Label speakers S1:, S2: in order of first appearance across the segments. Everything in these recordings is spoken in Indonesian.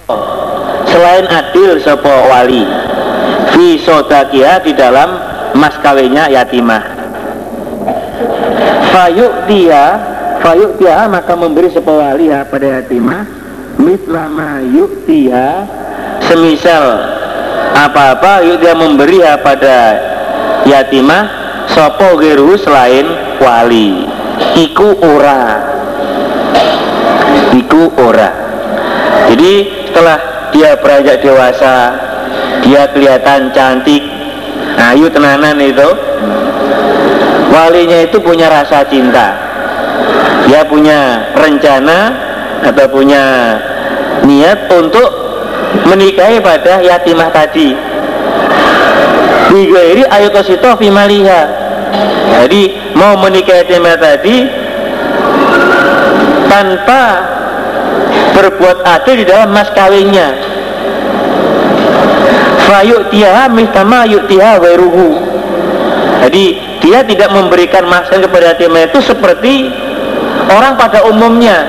S1: selain adil sapa wali fi sodakia di dalam mas kawinnya yatimah. Fayuk dia maka memberi sapa wali pada yatimah mislama yuk dia semisal apa-apa yuk dia memberi pada yatimah sapa geru selain wali iku ora. Jadi setelah dia beranjak dewasa, dia kelihatan cantik, ayu tenanan itu, walinya itu punya rasa cinta, dia punya rencana atau punya niat untuk menikahi pada yatimah tadi. Bigairi ayatosito fimaliha. Jadi mau menikahi yatimah tadi tanpa berbuat adil di dalam mas kawinnya. Fayu'tiha mithama yu'tiha wairuhu. Jadi dia tidak memberikan mas kawin kepada yatimah itu seperti orang pada umumnya.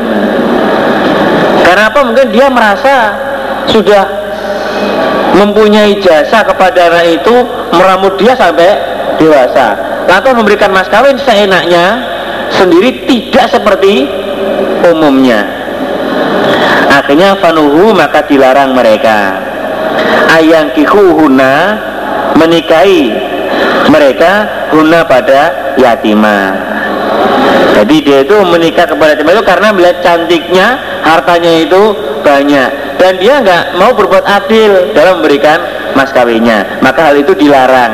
S1: Karena apa? Mungkin dia merasa sudah mempunyai jasa kepada anak itu, meramu dia sampai dewasa. Lalu memberikan mas kawin seenaknya sendiri, tidak seperti umumnya. Akhirnya fanuhu maka dilarang mereka ayang kihuhuna menikahi mereka huna pada yatimah. Jadi dia itu menikah kepada yatimah itu karena melihat cantiknya, hartanya itu banyak, dan dia nggak mau berbuat adil dalam memberikan mas kawinnya, maka hal itu dilarang.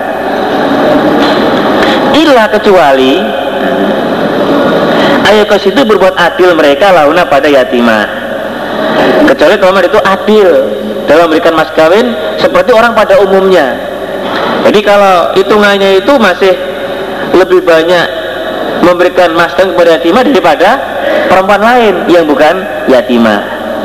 S1: Illa kecuali ayakos itu berbuat adil mereka launa pada yatimah, kecuali kalau itu adil dalam memberikan mas kawin seperti orang pada umumnya. Jadi kalau hitungannya itu masih lebih banyak memberikan mas kawin kepada yatimah daripada perempuan lain yang bukan yatimah.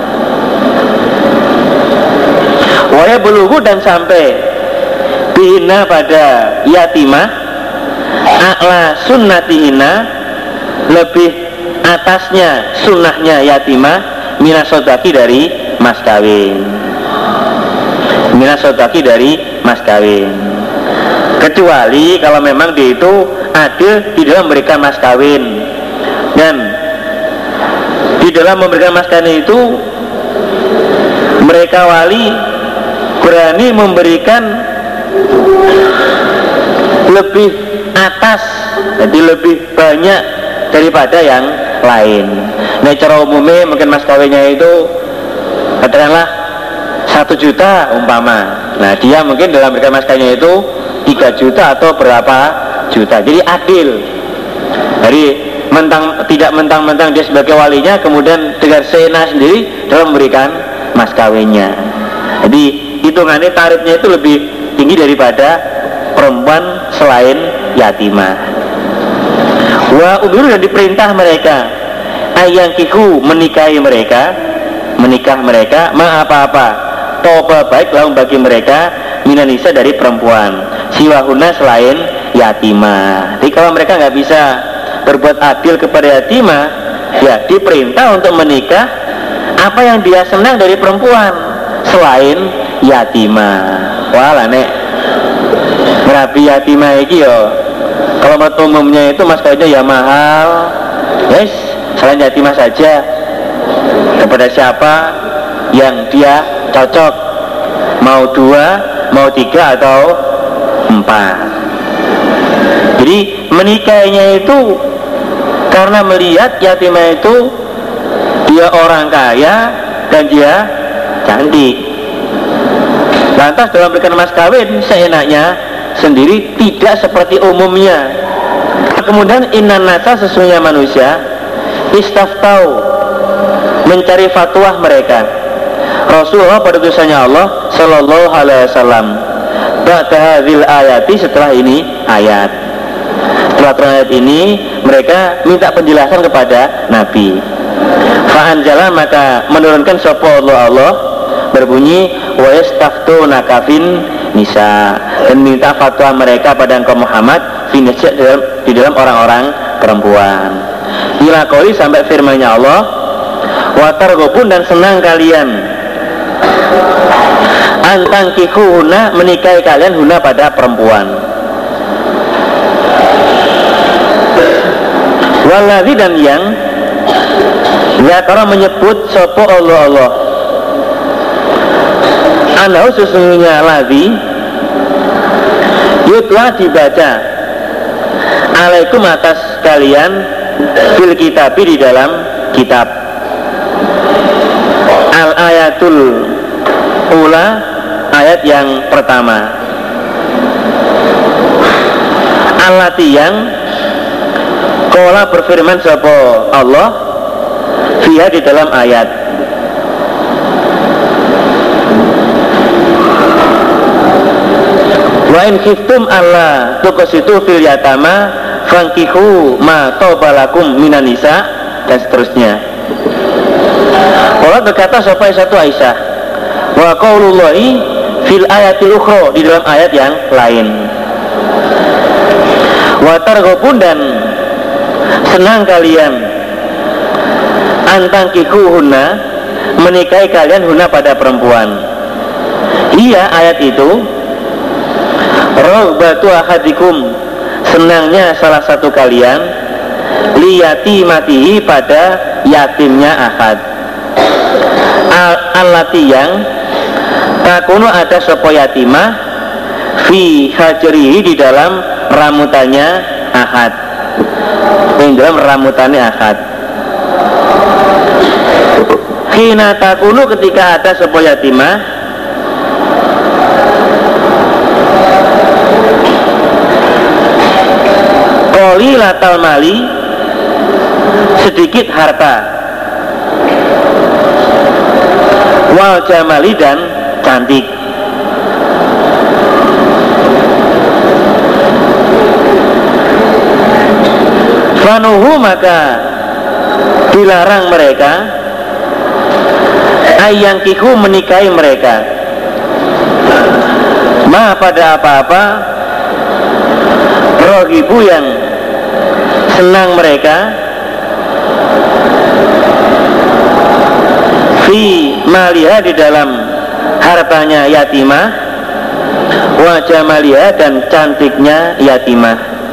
S1: Waya belugu dan sampai dihina pada yatimah a'la sunnatihina, lebih atasnya sunnahnya yatimah minasodaki dari mas kawin, minasodaki dari mas kawin, kecuali kalau memang dia itu adil di dalam memberikan mas kawin, dan di dalam memberikan mas kawin itu mereka wali berani memberikan lebih atas, jadi lebih banyak daripada yang lain. Nah, cara umumnya mungkin mas kawinnya itu katakanlah 1 juta umpama. Nah, dia mungkin dalam memberikan mas kawinnya itu 3 juta atau berapa juta. Jadi adil. Jadi tidak mentang-mentang dia sebagai walinya kemudian dengan seenak sendiri dalam memberikan mas kawinnya. Jadi hitungannya tarifnya itu lebih tinggi daripada perempuan selain yatimah. Wa umiru dan diperintah mereka ayang kiku menikah mereka ma apa-apa toba baik laung bagi mereka minanisa dari perempuan siwahuna selain yatimah. Jadi kalau mereka nggak bisa berbuat adil kepada yatimah, ya diperintah untuk menikah apa yang dia senang dari perempuan selain yatimah. Wah lah nek merapi yatimah iki yo, kalau menurut umumnya itu mas kawinnya ya mahal, yes, selain yatimah saja kepada siapa yang dia cocok, mau 2, mau 3 atau 4. Jadi menikahnya itu karena melihat yatimah itu dia orang kaya dan dia cantik. Lantas dalam memberikan mas kawin seenaknya sendiri, tidak seperti umumnya. Kemudian innan nasa sesungguhnya manusia istaftau mencari fatwa mereka Rasulullah pada utusannya Allah Sallallahu Alaihi Wasallam ba'da hadzal ayati, setelah ini ayat, setelah ayat ini mereka minta penjelasan kepada Nabi. Fa'anjala maka menurunkan sapa Allah berbunyi wa yastaftunaka fin nisa, dan minta fatwa mereka pada engkau Muhammad finisa di dalam orang-orang perempuan. Ila qouli sampai firman-Nya Allah Watargobun dan senang kalian antangkihu huna menikahi kalian huna pada perempuan. Waladhi dan yang zakara menyebut sopo Allah anahu sesungguhnya ladhi yutla dibaca alaikum atas kalian fil kitabi di dalam kitab al ayatul ula ayat yang pertama allati yang qala berfirman sapa Allah fiha di dalam ayat wa in khiftum alla tuqsitu fil yatama fankihu ma tobalakum minan nisa dan seterusnya. Allah berkata sapa satu Aisyah wa qaulullahi fil ayatil ukhra di dalam ayat yang lain wa targhubun dan senang kalian antangkihu huna menikahi kalian huna pada perempuan. Iya ayat itu raghbatu ahadikum senangnya salah satu kalian liyati matihi pada yatimnya ahad allati yang takunu ada sopo yatimah fi hajrihi di dalam ramutannya ahad di dalam ramutannya ahad hina takunu ketika ada sopo yatimah qalilatal mali sedikit harta wal jamali dan cantik fanuhu maka dilarang mereka ayangkihu menikahi mereka ma pada apa-apa rohibu yang senang mereka fi maliha di dalam hartanya yatimah wa jamaliha dan cantiknya yatimah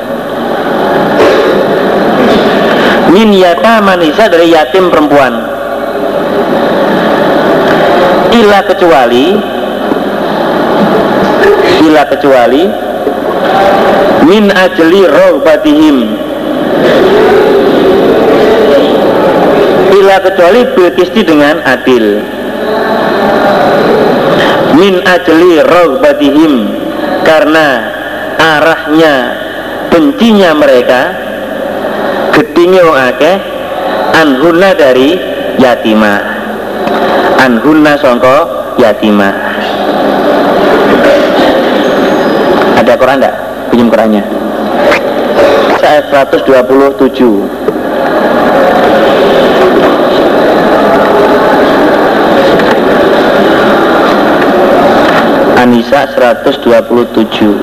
S1: min yataman nisa dari yatim perempuan illa kecuali min ajli rohbatihim illa kecuali bilkisti dengan adil min ajli rohbatihim karena arahnya bencinya mereka gedingnya akeh anhunna dari yatimah anhunna songko yatimah. Ada Quran enggak? Pinjam Qurannya. Ayat 127. An-Nisa 127.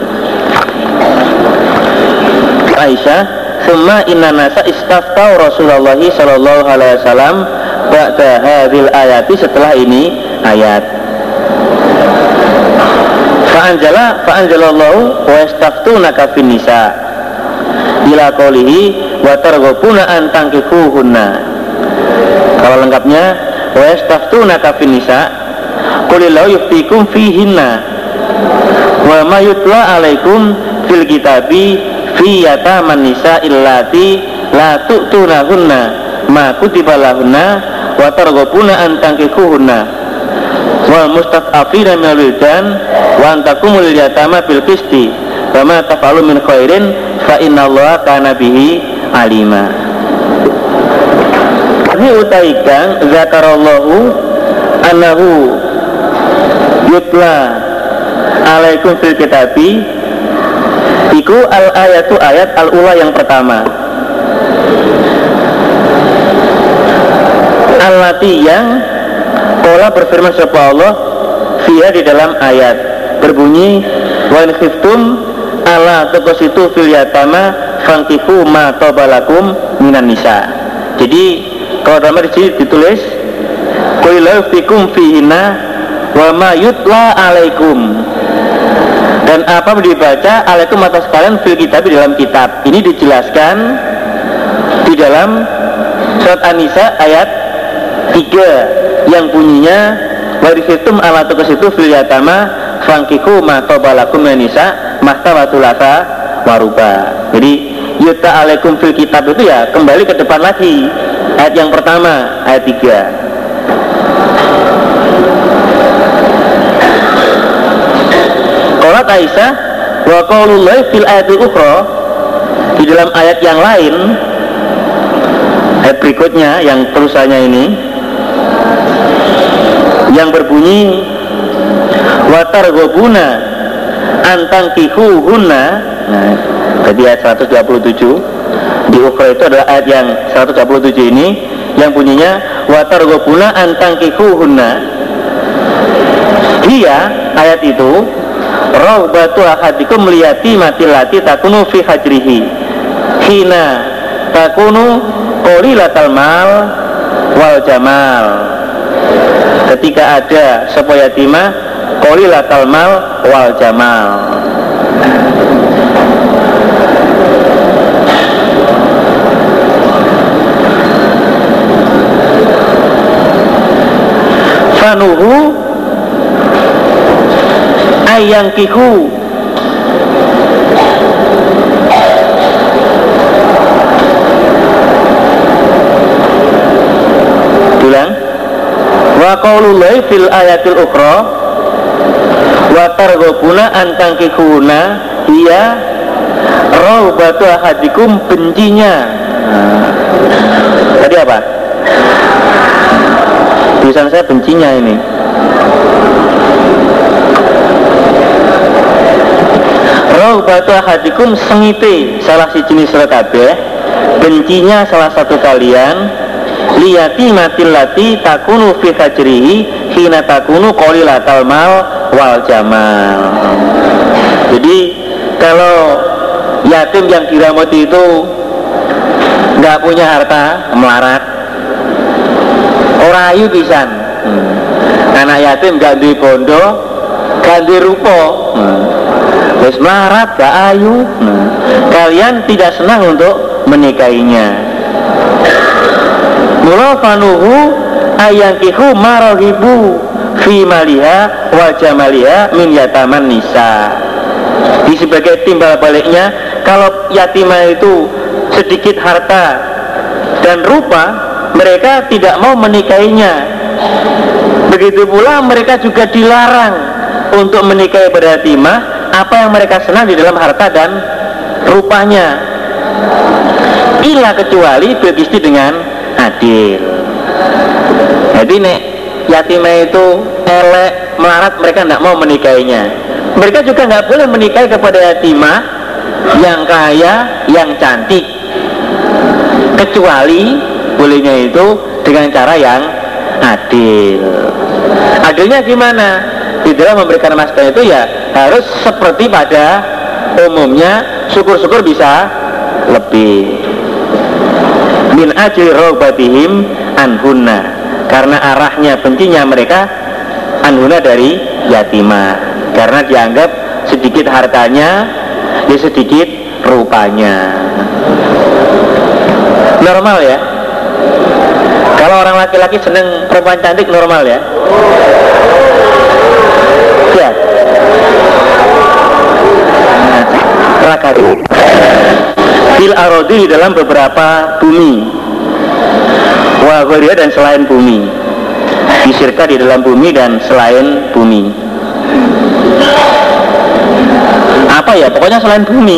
S1: Aisyah, "Summa inna nasa istaftau Rasulullah sallallahu alaihi wasallam ba'da hadhil ayati." Setelah ini ayat fa'anjalallahu wa yastaftunaka fin nisa ila qoulihi wa targhubuna an tankihuhunna. Kalau lengkapnya wa yastaftunaka fin nisa qulillahu yuftikum fihinna wa ma yutla alaikum fil kitabi fi yataman nisa illati la tu'tunahunna ma kutiba lahunna wa targhubuna an tankihuhunna wal mustad'afina minal wildan wa antakumul yatama bil qisti wa ma taf'alu min khairin fa innallaha kana bihi alima. Ini utaikang zakarallahu annahu yutla alaikum fil kitabi iku al ayatu ayat al ula yang pertama allati yang Qala berfirman sapa Allah fiha di dalam ayat berbunyi wa in khiftum ala tuqsitu fil yatama fankihu ma tabalakum minan nisa. Jadi kalau dalam di sini ditulis qul fikum fihinna wa ma yutla alaikum, dan apa dibaca alaikum atas kalian fil kitab, di dalam kitab. Ini dijelaskan di dalam surat An-Nisa ayat 3 yang bunyinya warisitum ala tuqsitu fil yatama fankihu ma tabalakum nisa mahtawatulasa waruba. Jadi yuta alaikum fil kitab itu ya kembali ke depan lagi, ayat yang pertama, ayat 3. Qalat Aisyah wa qaulullahi fil ayatil ukhra, di dalam ayat yang lain, ayat berikutnya yang terusannya ini yang berbunyi wa targhabuna antangkihuhunna. Nah, jadi ayat 127 di ukhra itu adalah ayat yang 127 ini yang bunyinya wa targhabuna antangkihuhunna. Iya, ayat itu raubatu ahadikum liyati matilati takunu fi hajrihi hina takunu qalilatal mal wal jamal. Ketika ada sebuah yatimah qalilatal mal wal jamal. Fanuhu ayangkihu bilang wa qaulullahi fil ayatil ukhra wa targhabuna antangkihuna hiya raubatu ahadikum, bencinya. Tadi apa? Tulisan saya bencinya ini. Raubatu ahadikum sengite salah si jenis kabeh, bencinya salah satu kalian liyati matillati takunu fi hajrihi hina takunu qalilatal mal wal jamal. Jadi kalau yatim yang dirahmati itu nggak punya harta, melarat, ora ayu pisan. Anak yatim gak duwe bondo, gak duwe rupa, wis melarat, gak ayu. Kalian tidak senang untuk menikahinya. Mula fanuhu ayangkihu marahibu fi maliha wa jamaliha min yataman nisa. Di sebagai timbal baliknya, kalau yatimah itu sedikit harta dan rupa, mereka tidak mau menikahinya. Begitu pula mereka juga dilarang untuk menikahi beryatimah apa yang mereka senang di dalam harta dan rupanya, ila kecuali begitu dengan adil. Jadi nek yatimah itu elek, melarat, mereka tidak mau menikahinya. Mereka juga nggak boleh menikahi kepada yatimah yang kaya, yang cantik, kecuali bolehnya itu dengan cara yang adil. Adilnya gimana? Di dalam memberikan nafkah itu ya harus seperti pada umumnya, syukur-syukur bisa lebih. Min ajli raubatihim anhunna, karena arahnya bencinya mereka anhunna dari yatimah, karena dianggap sedikit hartanya, ya sedikit rupanya. Normal ya. Kalau orang laki-laki seneng perempuan cantik, normal ya. Ya. Rakati fil arodi, di dalam beberapa bumi, wa ghariha, dan selain bumi, disirka di dalam bumi dan selain bumi. Apa ya, pokoknya selain bumi.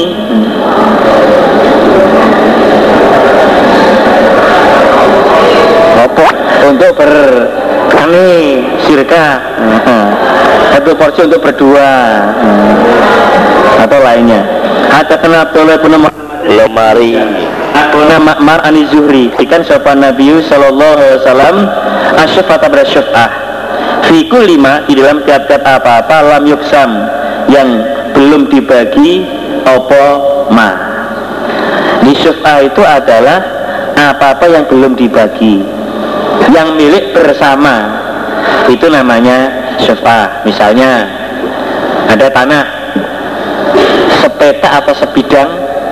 S1: Untuk kami sirka satu porsi untuk berdua atau lainnya. Hatta kena toleh pun lemari Akuna Ma'mar Ani Zuhri, ikan sopan Nabi Sallallahu Alaihi Wasallam asyafata bersyafah fi kulli ma, di dalam tiap-tiap apa-apa lam yuksam, yang belum dibagi apa ma. Di syafah itu adalah apa-apa yang belum dibagi. yang milik bersama, itu namanya syuf'ah. Misalnya ada tanah sepetak atau sebidang,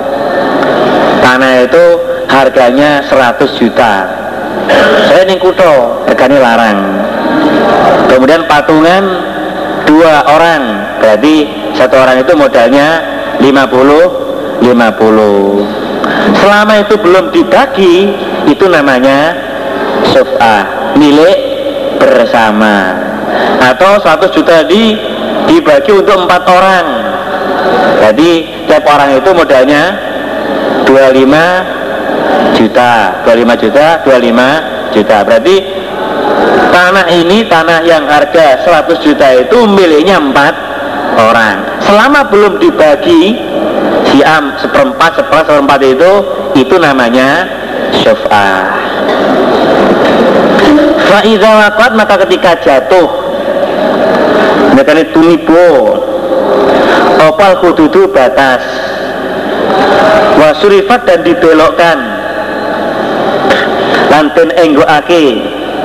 S1: tanah itu harganya 100 juta. Saya ning kutho, regane larang. Kemudian patungan 2 orang, berarti satu orang itu modalnya 50. Selama itu belum dibagi, itu namanya syuf'ah, milik bersama. Atau 100 juta dibagi untuk 4 orang, jadi tiap orang itu modalnya 25 juta. Berarti tanah ini, tanah yang harga 100 juta itu miliknya 4 orang. Selama belum dibagi siam seperempat itu namanya syuf'ah. Fa'idha waqat, maka ketika jatuh, mereka ini tumibo opal hududu batas, wasurifat dan dibelokkan, lanten enggoake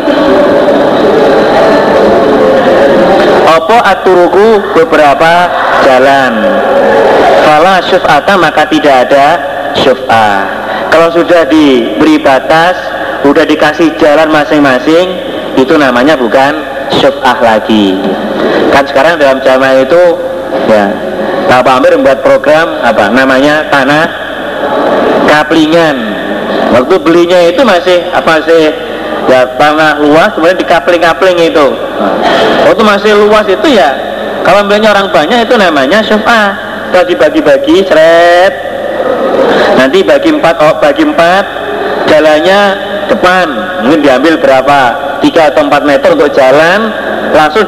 S1: opo aturuku beberapa jalan, fala syuf'ata, maka tidak ada syuf'ah. Kalau sudah diberi batas, sudah dikasih jalan masing-masing, itu namanya bukan syuf'ah lagi. Kan sekarang dalam jamaah itu ya, Pak Amir membuat program apa namanya, tanah kaplingan. Waktu belinya itu masih ya tanah luas, kemudian dikapling-kapling itu. Waktu masih luas itu ya, kalau belinya orang banyak itu namanya syuf'ah. Kalau dibagi-bagi seret, nanti bagi 4 jalannya depan, mungkin diambil berapa, 3 atau 4 meter untuk jalan, langsung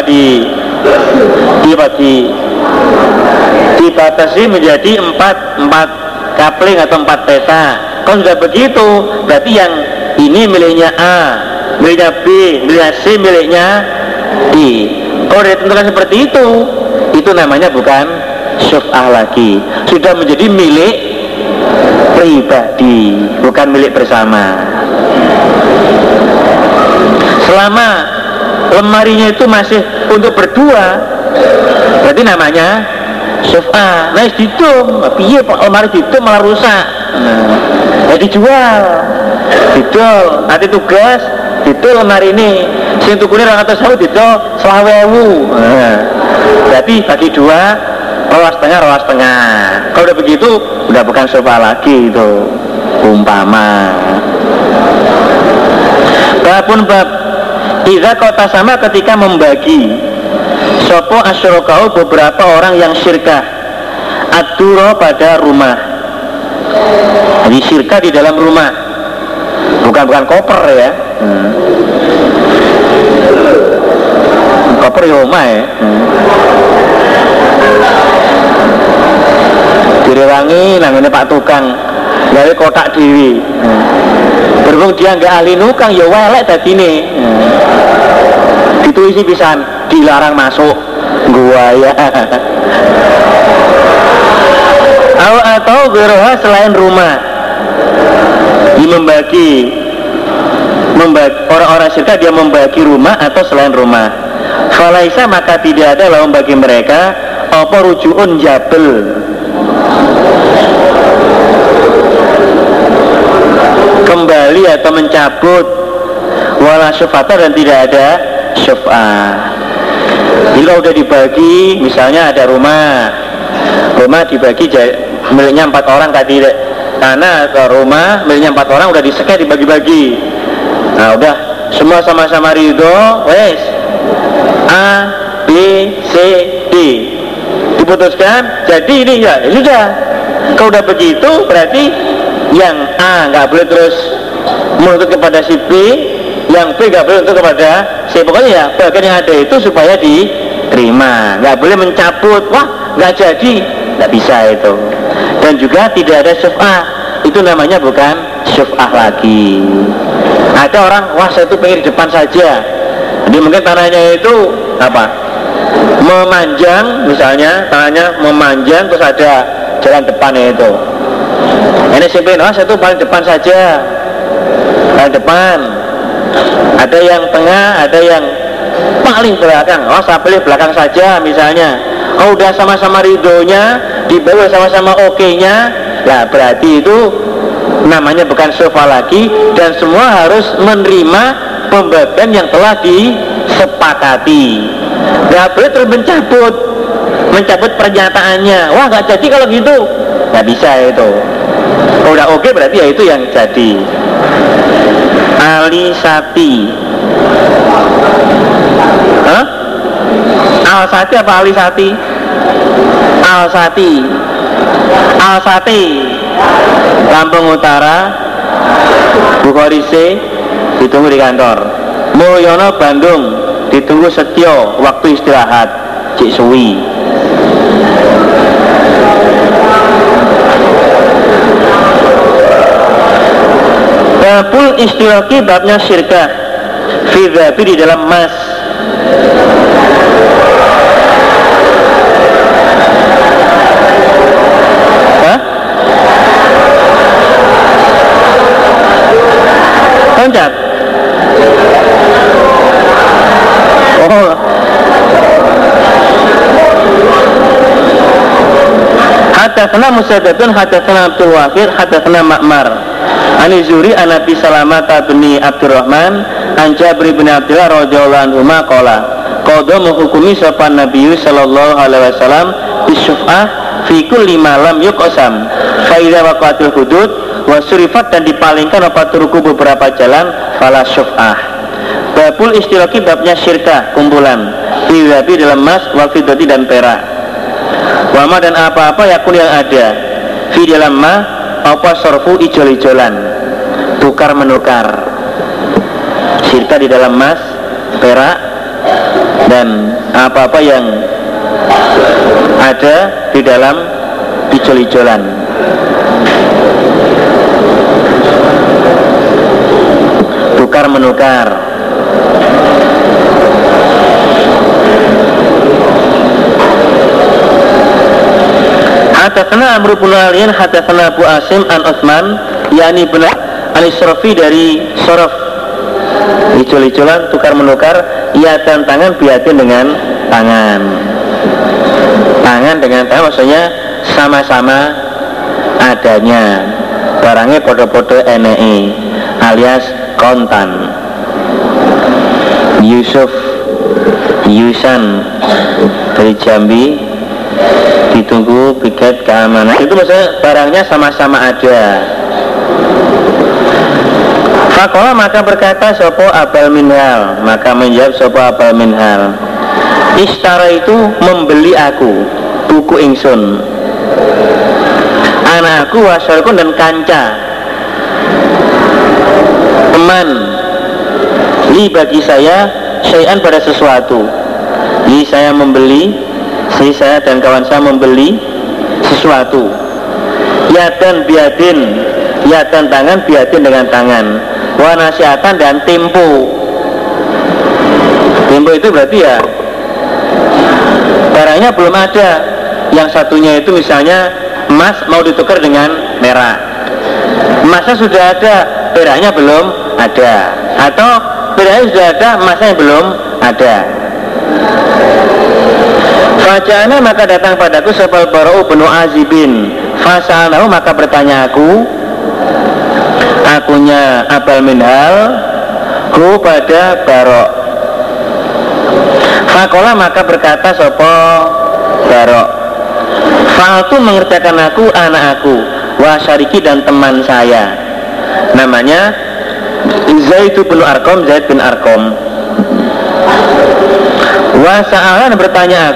S1: dibatasi menjadi 4 kapling atau 4 peta. Kalau sudah begitu, berarti yang ini miliknya A, miliknya B, miliknya C, miliknya D. Kalau ditentukan seperti itu namanya bukan syuf'ah lagi, sudah menjadi milik pribadi, bukan milik bersama. Selama lemarinya itu masih untuk berdua, berarti namanya syuf'ah. Nah, didum, piye Pak, lemari didum malah rusak. Ya dijual, didol, nanti tugas didol lemari ini, sing tukune 200.000 didol 20.000. Berarti bagi 2, rawas tengah. Kalau udah begitu, udah bukan syuf'ah lagi itu, umpama. Bab idza kota sama, ketika membagi sopo asyrakau, beberapa orang yang syirkah, aduro pada rumah. Jadi syirkah di dalam rumah, bukan koper ya. Koper ya omah ya. Direwangi nangene Pak Tukang, gawe kotak dewi. Berhubung dia nggak ahli nukang, ya welek dadine. Dituisi pisan, dilarang masuk gua ya. Atau beroha selain rumah, membagi orang-orang syirka, dia membagi rumah atau selain rumah. Falaisa, maka tidak ada lahum bagi mereka apa rujuun jabel, kembali atau mencabut, wala syuf'ata, dan tidak ada syuf'ah. Jadi kalau udah dibagi, misalnya ada rumah dibagi miliknya 4 orang tadi, tanah atau rumah miliknya 4 orang udah disekat, dibagi-bagi. Nah udah semua sama-sama ridho, wes A, B, C, D diputuskan, jadi ini ya, ini sudah. Kalau udah begitu berarti yang A nggak boleh terus menuntut kepada si B, yang B nggak boleh menuntut kepada C. Pokoknya ya bagian yang ada itu supaya diterima, nggak boleh mencabut, wah nggak jadi, nggak bisa itu. Dan juga tidak ada syuf'ah, itu namanya bukan syuf'ah lagi. Ada orang, wah saya itu pengen di depan saja, jadi mungkin tanahnya itu apa, memanjang, misalnya tanahnya memanjang, terus ada jalan depannya itu. Ini saya pengen, wah saya itu paling depan saja, paling depan. Ada yang tengah, ada yang paling belakang. Oh, saya pilih belakang saja misalnya. Oh, udah sama-sama ridhonya, di bawah sama-sama oke-nya. Lah berarti itu namanya bukan sofa lagi, dan semua harus menerima pembagian yang telah disepakati. Nggak boleh terus mencabut pernyataannya. Wah, nggak jadi kalau gitu, nggak bisa itu. Kalau udah oke berarti ya itu yang jadi. Alisati. Hah? Alsati apa alisati? Alsati. Alsati. Lampung Utara. Bukhorise ditunggu di kantor. Mulyono Bandung ditunggu Setyo waktu istirahat. Cik Suwi. Babul istilaki babnya syirkah fi dzabi di dalam emas. Hah? Loncat. Oh. Hadatsana Musaddadun hadatsana Abdul Wahid hadatsana Ma'mar Ani Zuri an Abi Salamah bin Abdurrahman an Jabir bin Abdullah radhiyallahu anhu qala qada menghukumi sapa Nabi sallallahu alaihi wasallam bisyuf'ah fi kulli malam yuqsam fa idza waqatil hudud wa surifat dan dipalingkan apa turuku beberapa jalan fala syuf'ah. Babul istilaki babnya syirkah kumpulan fi dalam emas wal fiddati dan perak. Wama dan apa-apa yakun yang ada fi dalam ma apa sorfu ijol-ijolan, tukar menukar. Syirka di dalam emas, perak, dan apa-apa yang ada di dalam ijol-ijolan. Tukar menukar. Hadatsana Amr bin Aliyan hadatsana Abu Asim an Utsman yakni bin Al-Israfi dari Sorof. Ijol-ijolan tukar menukar, ia dan tangan biatin dengan tangan. Tangan dengan tangan maksudnya sama-sama adanya. Barangnya podo-podo NEI alias kontan. Yusuf Yusan dari Jambi ditunggu piket keamanan. Itu maksudnya barangnya sama-sama ada. Fakola maka berkata sopo Abal Minhal, maka menjawab sopo Abal Minhal, Ishtara itu membeli aku buku ingsun, anakku wasyarikun dan kanca teman li bagi saya syai'an pada sesuatu. Li saya membeli, saya dan kawan saya membeli sesuatu. Yadan biadin, yadan tangan biadin dengan tangan. Wa nasiatan dan tempo. Tempo itu berarti ya barangnya belum ada. Yang satunya itu misalnya emas mau ditukar dengan merah. Emasnya sudah ada, peraknya belum ada. Atau peraknya sudah ada, emasnya belum ada. Faja'ana maka datang padaku sebal Bara'u bin Azibin. Fasa'anahu maka bertanya akunya Abal Minhal hu pada Barok. Fakola maka berkata sopo Barok, Fa'altu mengerjakan aku anak aku wasyariki dan teman saya namanya Zaid bin Arqam, Zaid bin Arqam. Wasa'alan bertanya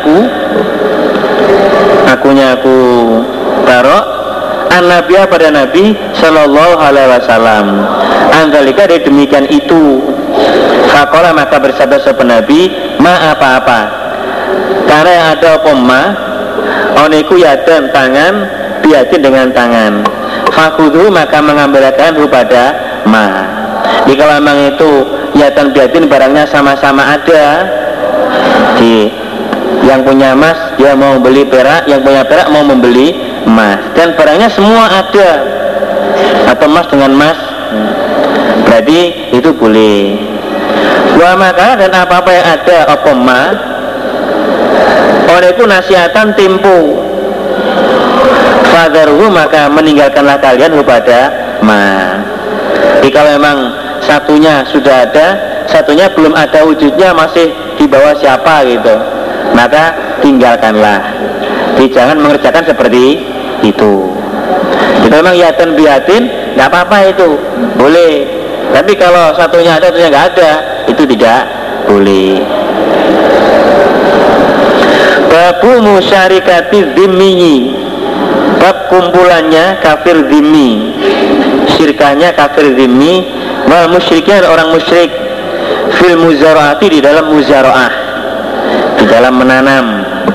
S1: akunya aku Barok an-Nabiya pada Nabi Sallallahu Alaihi Wasallam andalika dari demikian itu. Fakola maka bersabda sahabat Nabi, ma apa-apa karena yang ada pomma oniku yadan tangan biadin dengan tangan. Fakudhu maka mengambilkan pada ma. Di kalau memang itu yadan biadin barangnya sama-sama ada. Yang punya emas dia mau beli perak, yang punya perak mau membeli emas, dan barangnya semua ada, atau emas dengan emas, berarti itu boleh. Wa maka dan apa-apa yang ada apa ma oleh itu nasihatan tempo fadharuhu maka meninggalkanlah kalian kepada ma. Jadi kalau memang satunya sudah ada, satunya belum ada wujudnya, masih di bawah siapa gitu, maka tinggalkanlah. Jadi jangan mengerjakan seperti itu. Jika memang yatin biatin nggak apa-apa itu boleh, tapi kalau satunya ada satunya nggak ada itu tidak boleh. Babu musyarikati dhimmi, bab kumpulannya kafir dhimmi, syirkahnya kafir dhimmi, wal musyriknya orang musyrik fil muzaraati di dalam muzaraah, di dalam menanam.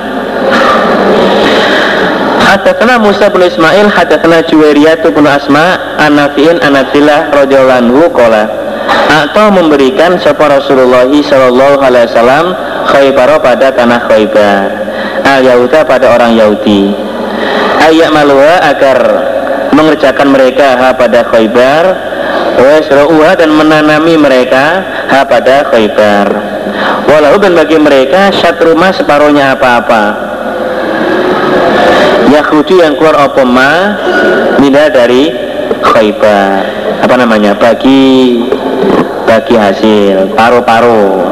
S1: Hadatsana Musa bin Ismail hadatsana Juwairiyah bin Asma an Nafi'in an Abdillah radhiyallahu anhu qala atau memberikan sapa Rasulullah sallallahu alaihi wasallam Khaybar pada tanah Khaybar al Yahuda pada orang Yahudi ayat maluha agar mengerjakan mereka ha pada Khaybar wa yasra'uha dan menanami mereka ha pada Khaybar walau dan bagi mereka syatruma separuhnya apa-apa yakhruju yang keluar opoma minda dari Khaybar, apa namanya, bagi hasil paru-paru.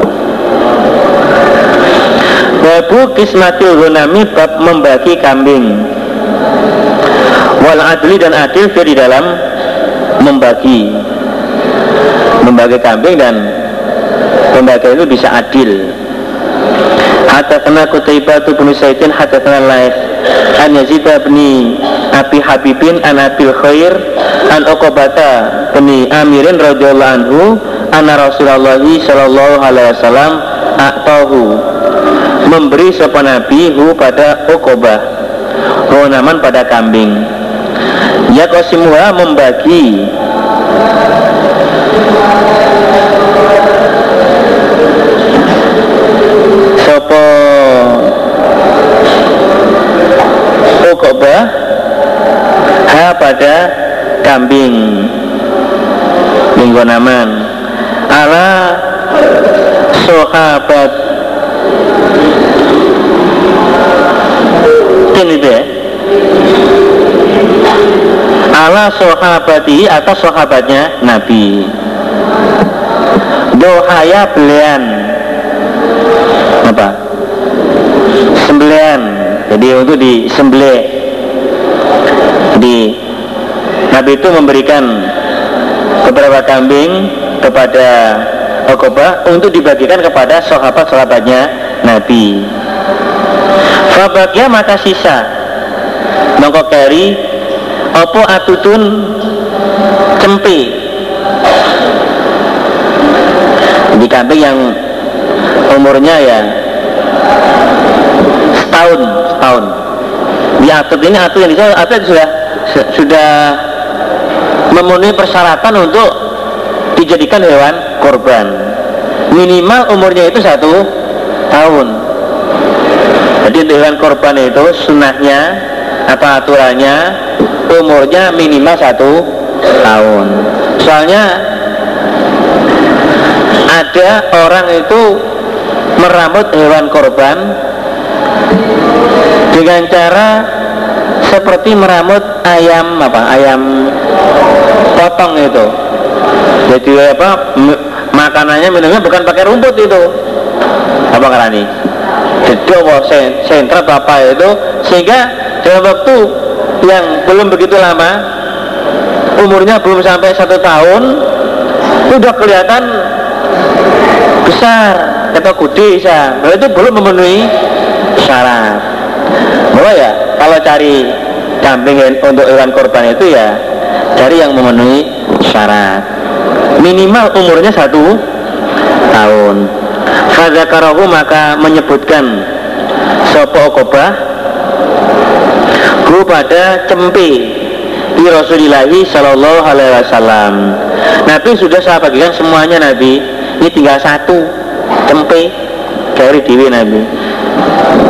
S1: Babu kismatil ghanami, bab membagi kambing. Wal adli dan adil di dalam membagi kambing, dan pembagian itu bisa adil. Hadatsana Qutaibah bin Sa'idin hadatsana Laits an Yazid bin Abi Habibin an Abil Khair an Uqbata bin Amirin radhiyallahu anhu anna Rasulullah sallallahu alaihi wasallam a'tahu memberi sapa nabi hu pada Uqbah ghonaman pada kambing yaqsimuha membagi sapa Uqbah ha pada kambing minggonaman ala sahabat ini deh ala sahabati atas sahabatnya Nabi dohaya belian apa sembelian, jadi untuk disembelih. Jadi Nabi itu memberikan beberapa kambing kepada Uqbah untuk dibagikan kepada sahabat-sahabatnya Nabi. Fabagia maka sisa mongko kari opo atutun cempe, di kambing yang umurnya ya setahun. Di atut ini, atut yang disebut atut sudah memenuhi persyaratan untuk dijadikan hewan korban. Minimal umurnya itu 1 tahun. Jadi hewan korban itu sunnahnya apa aturannya umurnya minimal 1 tahun. Soalnya ada orang itu meramut hewan korban dengan cara seperti meramut ayam potong itu. Jadi makanannya minumnya bukan pakai rumput itu, apa karani jadi sentrat apa itu, sehingga dalam waktu yang belum begitu lama, umurnya belum sampai 1 tahun, sudah kelihatan besar atau gede itu belum memenuhi syarat. Bahwa ya kalau cari kambing untuk hewan korban itu ya cari yang memenuhi syarat, minimal umurnya 1 tahun. Fadzakarahu maka menyebutkan sapa Uqbah pada cempe di Rasulullah sallallahu alaihi wasallam. Nabi sudah saya bagikan semuanya Nabi, ini tinggal 1 cempe dari dewi Nabi.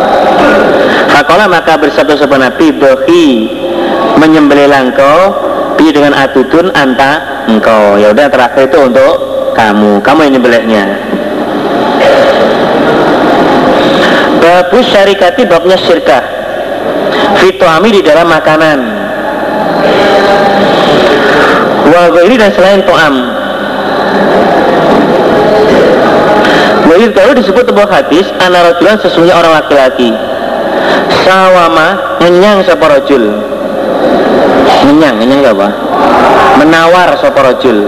S1: Fakola maka bersabda sapa Nabi, bahi menyembelihlah engkau bi dengan atudun anta engkau. Ya udah, terakhir itu untuk kamu ini beleknya. Babus syarikati, babnya syirkah fitoami, di dalam makanan, ini dan selain to'am. Kalau disebut sebuah hadis anarajulan, sesungguhnya orang laki-laki sawama ngenyang saparojul, ngenyang apa? Menawar saparojul,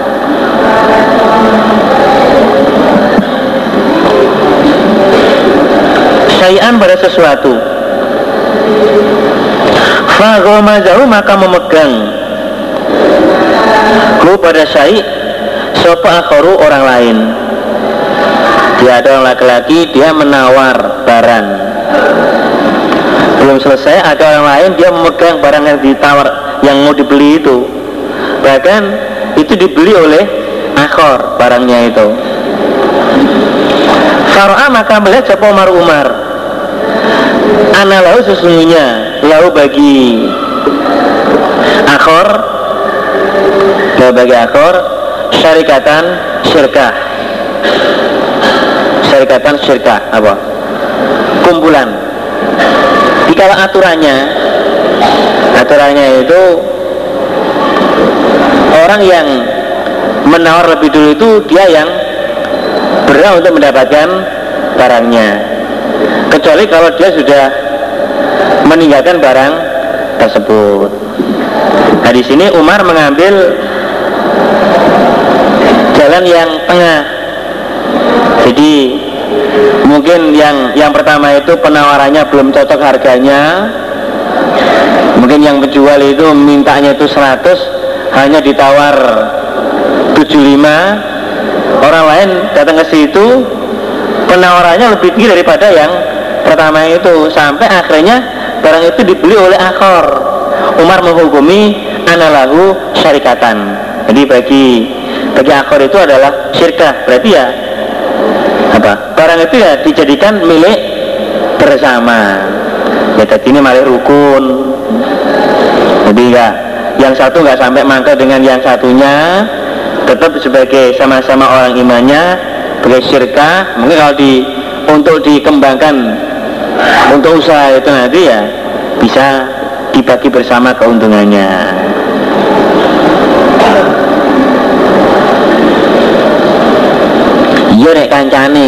S1: syai'an pada sesuatu, fagomazahu maka memegang hu pada syai' sopa akharu orang lain. Dia ada orang laki-laki, dia menawar barang, belum selesai ada orang lain, dia memegang barang yang ditawar, yang mau dibeli itu, bahkan itu dibeli oleh akhor barangnya itu. Faro'a maka melihat sapa Umar ana lahu, sesungguhnya lahu bagi akhor, syarikatan syirkah apa? Kumpulan. Dikala aturannya itu orang yang menawar lebih dulu itu dia yang berhak untuk mendapatkan barangnya, kecuali kalau dia sudah meninggalkan barang tersebut. Nah, di sini Umar mengambil jalan yang tengah. Jadi mungkin yang pertama itu penawarannya belum cocok harganya, mungkin yang penjual itu mintanya itu 100, hanya ditawar 75, orang lain datang ke situ penawarannya lebih tinggi daripada yang pertama itu, sampai akhirnya barang itu dibeli oleh akhor. Umar menghukumi anallahu syarikatan, jadi bagi akhor itu adalah syirkah, berarti ya apa? Barang itu ya dijadikan milik bersama. Ya tadi ini malah rukun. Jadi enggak, yang satu enggak sampai mangkel dengan yang satunya, tetap sebagai sama-sama orang imannya, sebagai syirkah. Mungkin kalau untuk dikembangkan untuk usaha itu nanti ya bisa dibagi bersama keuntungannya. Iya nek kancane,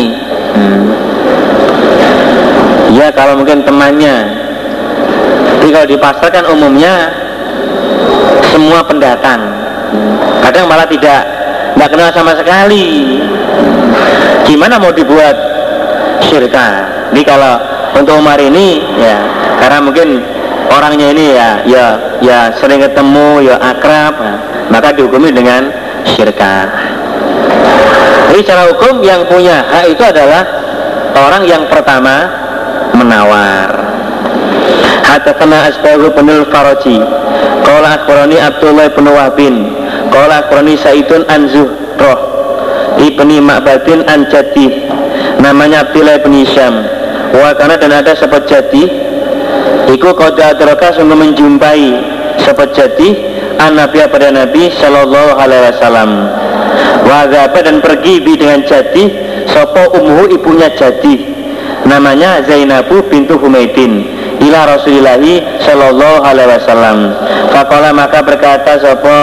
S1: ya kalau mungkin temannya. Tapi kalau di pasar kan umumnya semua pendatang, kadang malah tidak kenal sama sekali. Gimana mau dibuat syirkah? Jadi kalau untuk Umar ini ya karena mungkin orangnya ini ya sering ketemu, ya akrab, maka dihukumi dengan syirkah. Jadi secara hukum yang punya hak itu adalah orang yang pertama menawar. Hadatsana Asbahu bin al-Faraji qala akhbarani Abdullah bin Wahbin qala akhbarani Sa'idun an Zuhrah ibni Ma'badin an Jaddi, namanya Abdullah bin Hisham. Wa kana, dan ada sahabat Jaddi iku qad adraka, sungguh menjumpai sahabat Jaddi an-nabi pada Nabi sallallahu alaihi wasallam. Wa ghaba, dan pergi bi dengan Jaddi sapa ummu, ibunya Jaddi, namanya Zainabu bintu Humaidin, ila Rasulillahi sallallahu alaihi wasallam. Faqala, maka berkata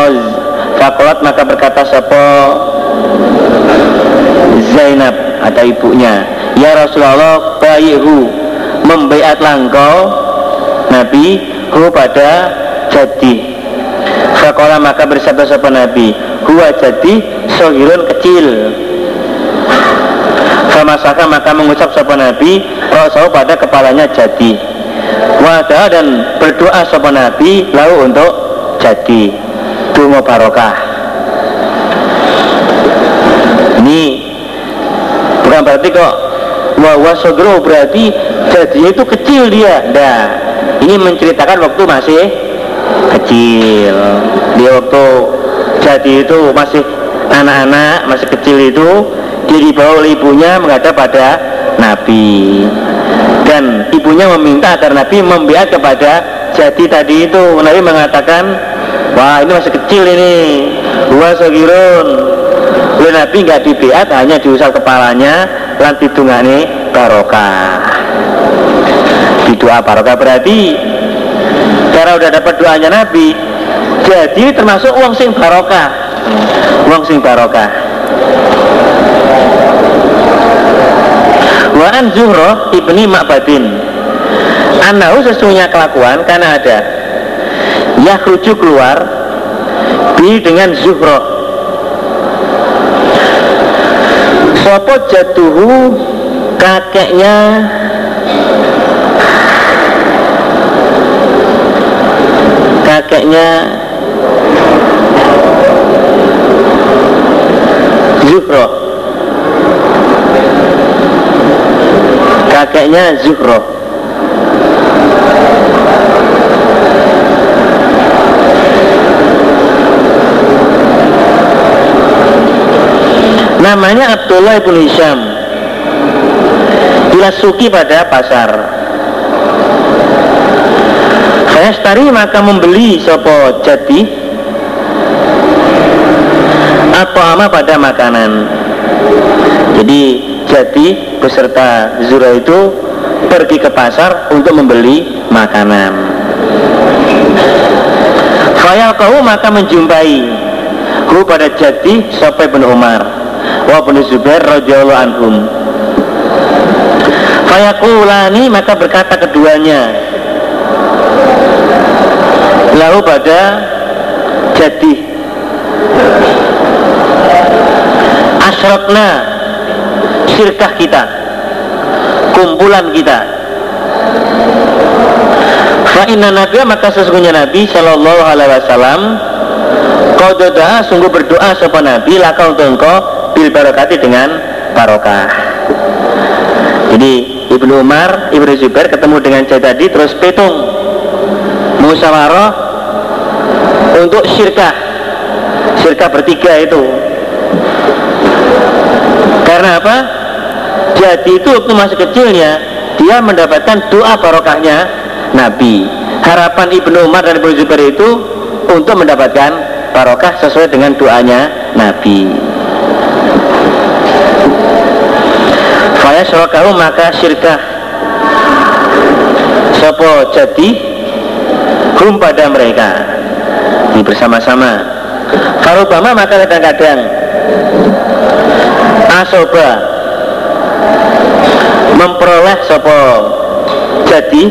S1: sapa Zainab atau ibunya, ya Rasulullah, bayihu, membaiat langkau Nabi hu pada Jaddi. Faqala, maka bersabda sapa Nabi, huwa Jaddi sohirun, kecil. Famasaka, maka mengucap sapa Nabi rasahu, pada kepalanya Jaddi. Wada, dan berdoa sapa Nabi lalu untuk Jaddi, donga barokah. Ini bukan berarti kok wa sodro berarti Jaddi itu kecil dia. Nah, ini menceritakan waktu masih kecil. Dia waktu Jaddi itu masih anak-anak, masih kecil itu, dia dibawa oleh ibunya menghadap pada Nabi, dan ibunya meminta agar Nabi membiat kepada Jaddi tadi itu. Nabi mengatakan wah ini masih kecil ini, huwa sogirun. Oleh Nabi nggak dibiat, hanya diusap kepalanya lan didungani barokah. Di doa barokah berarti karena udah dapat doanya Nabi, jadi termasuk wong sing barokah, wong sing barokah. Wa an Zuhroh ibni Ma'badin anahu sesungguhnya kelakuan karena ada yakhruju keluar bi dengan Zuhroh sopo jatuhu kakeknya Zuhroh, kakeknya Zuhroh. Namanya Abdullah ibn Hisham. Bila suki pada pasar, Fayastari maka membeli sopo jadi atau ama pada makanan. Jadi jadi beserta Zura itu pergi ke pasar untuk membeli makanan. Fayalqahu maka menjumpai hu pada jadi sampai bin Umar wa bin Zubair radhiyallahu anhum. Fayaqulani maka berkata keduanya lahu pada jadi asyrokna syirkah kita, kumpulan kita. Fa inna nabiyya maka sesungguhnya Nabi sallallahu alaihi wasallam qadada sungguh berdoa sapa Nabi laka untuk engkau bil barakati dengan barokah. Jadi Ibnu Umar, Ibnu Zubair ketemu dengan Zaid tadi terus petung musyawarah untuk syirkah bertiga itu. Karena apa? Jadi itu waktu masih kecilnya dia mendapatkan doa barokahnya Nabi. Harapan Ibnu Umar dan Ibnu Zubair itu untuk mendapatkan barokah sesuai dengan doanya Nabi. Faya syarakahu maka syirkah sopo jadi hum pada mereka di bersama-sama. Farubama maka kadang-kadang asoba memperoleh sopo jadi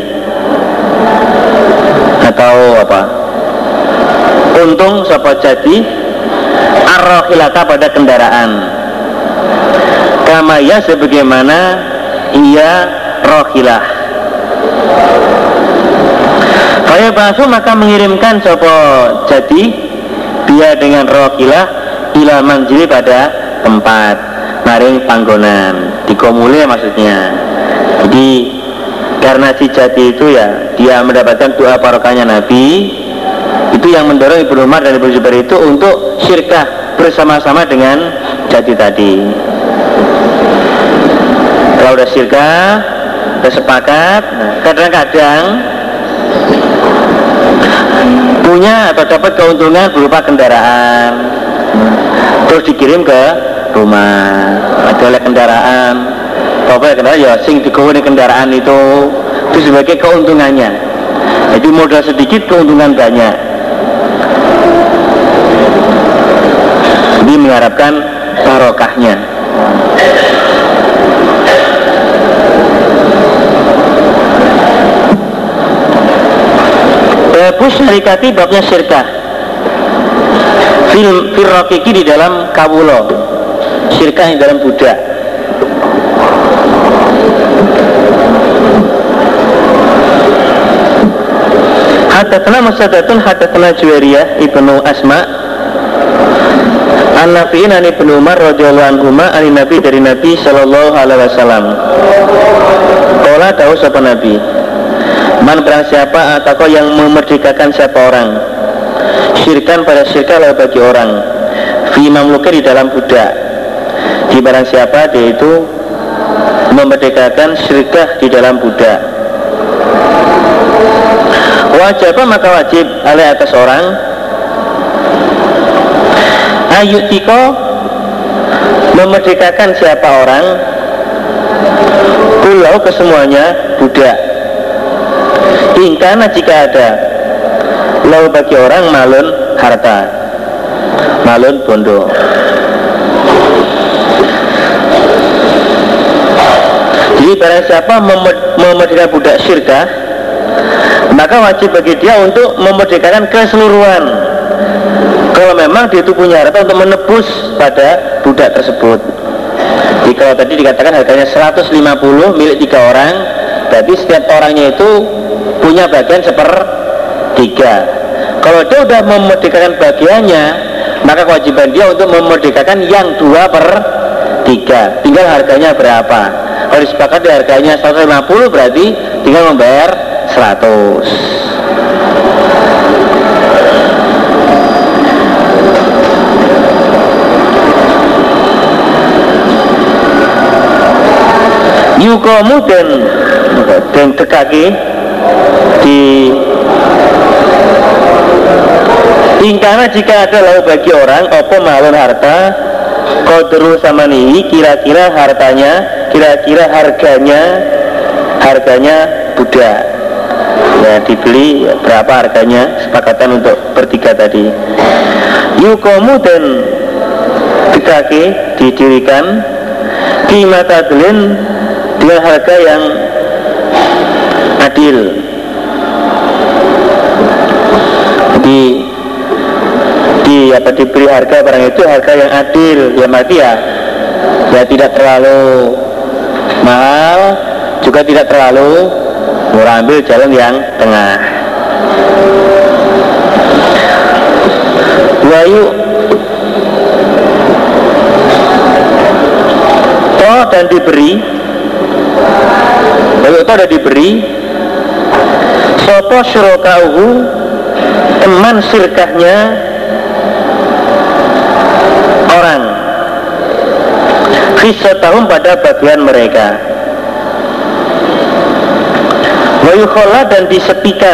S1: atau apa untung sopo jadi arrohilata pada kendaraan kamaya sebagaimana ia rohilah. Faya basu maka mengirimkan sopo jadi dia dengan rohilah ila manjili pada tempat maring panggonan dikomule maksudnya. Jadi karena si jadi itu ya dia mendapatkan doa barokahnya Nabi, itu yang mendorong Ibnu Umar dan Ibnu Zubair itu untuk syirkah bersama-sama dengan jadi tadi. Kalau udah syirkah, udah sepakat, kadang-kadang punya atau dapat keuntungan berupa kendaraan, terus dikirim ke rumah. Ada oleh kendaraan, ya sing digawe kendaraan itu sebagai keuntungannya. Jadi modal sedikit keuntungan banyak. Jadi mengharapkan barokahnya. Babu syarikati babnya syirkah fil rakiki di dalam kawulo, syirkah di dalam budak. Hadatsana Musaddatun hadatsana Juwairiyah ibnu Asma an-Nafi'in an Ibnu Umar radhiyallahu anhuma an Nabi dari Nabi sallallahu alaihi wasallam. Qala dawu sapa Nabi, man barang siapa atau yang memerdekakan siapa orang syirkan pada syirkah lalu bagi orang fi mamlukin di dalam budak. Di barang siapa dia itu memerdekakan syirkah di dalam budak, wajib maka wajib alai atas orang Ayyutiko, memerdekakan siapa orang, pulau kesemuanya budak. Ingkana jika ada, lau bagi orang malun harta, malun bondo. Jadi barang siapa memerdekakan budak syirkah, maka wajib bagi dia untuk memerdekakan keseluruhan. Kalau memang dia itu punya harta untuk menebus pada budak tersebut. Jadi kalau tadi dikatakan harganya 150 milik 3 orang, berarti setiap orangnya itu punya bagian 1/3. Kalau dia sudah memerdekakan bagiannya, maka kewajiban dia untuk memerdekakan yang 2/3. Tinggal harganya berapa. Kalau disepakati harganya 150, berarti tinggal membayar 100. Yukomu dan tekaki di ingkana jika ada lalu bagi orang opo malun harta kodru samanihi, kira-kira hartanya, kira-kira harganya budak. Ya, dibeli berapa harganya, sepakatan untuk bertiga tadi. Yukomu dan tekaki didirikan kimatadlin dengan harga yang adil. Diberi harga barang itu harga yang adil, ya mati ya tidak terlalu mahal, juga tidak terlalu murah, ambil jalan yang tengah. Wayu toh dan diberi, wayu toh dan diberi sopo syurokauhu, teman sirkahnya orang, hisatahum pada bagian mereka, wayukhola dan disepikan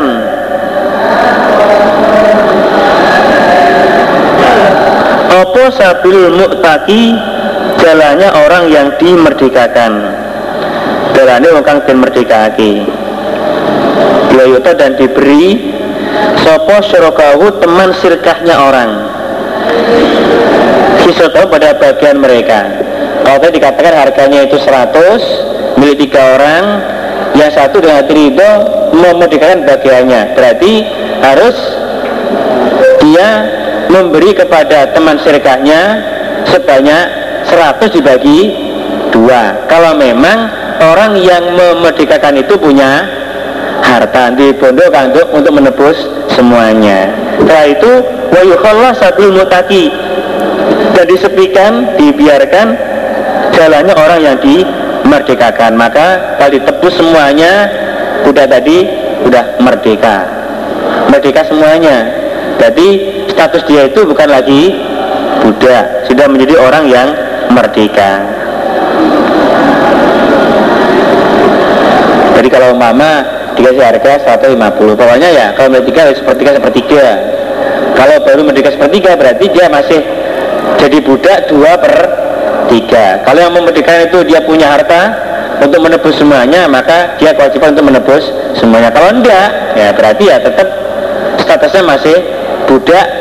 S1: opo sabil mu'taki, jalannya orang yang dimerdekakan, jalannya orang yang merdekake. Wayuta dan diberi sopo syurokahu, teman sirkahnya orang, hisatahum pada bagian mereka. Kalau tadi dikatakan harganya itu 100 milik 3 orang, yang satu dengan hati ridho memerdekakan bagiannya, berarti harus dia memberi kepada teman sirkahnya sebanyak 100 dibagi 2. Kalau memang orang yang memerdekakan itu punya harta, dibondokan untuk menebus semuanya. Setelah itu wa yukhallah sabil mutaki, dan disepikan, dibiarkan jalannya orang yang dimerdekakan. Maka kalau ditebus semuanya, udah tadi udah merdeka semuanya. Jadi status dia itu bukan lagi budak, sudah menjadi orang yang merdeka. Jadi kalau umpama dikasih harga 150, pokoknya ya kalau merdeka sepertiga. Kalau baru merdeka sepertiga berarti dia masih jadi budak 2/3. Kalau yang memerdekakan itu dia punya harta untuk menebus semuanya, maka dia kewajiban untuk menebus semuanya. Kalau enggak, ya berarti ya tetap statusnya masih budak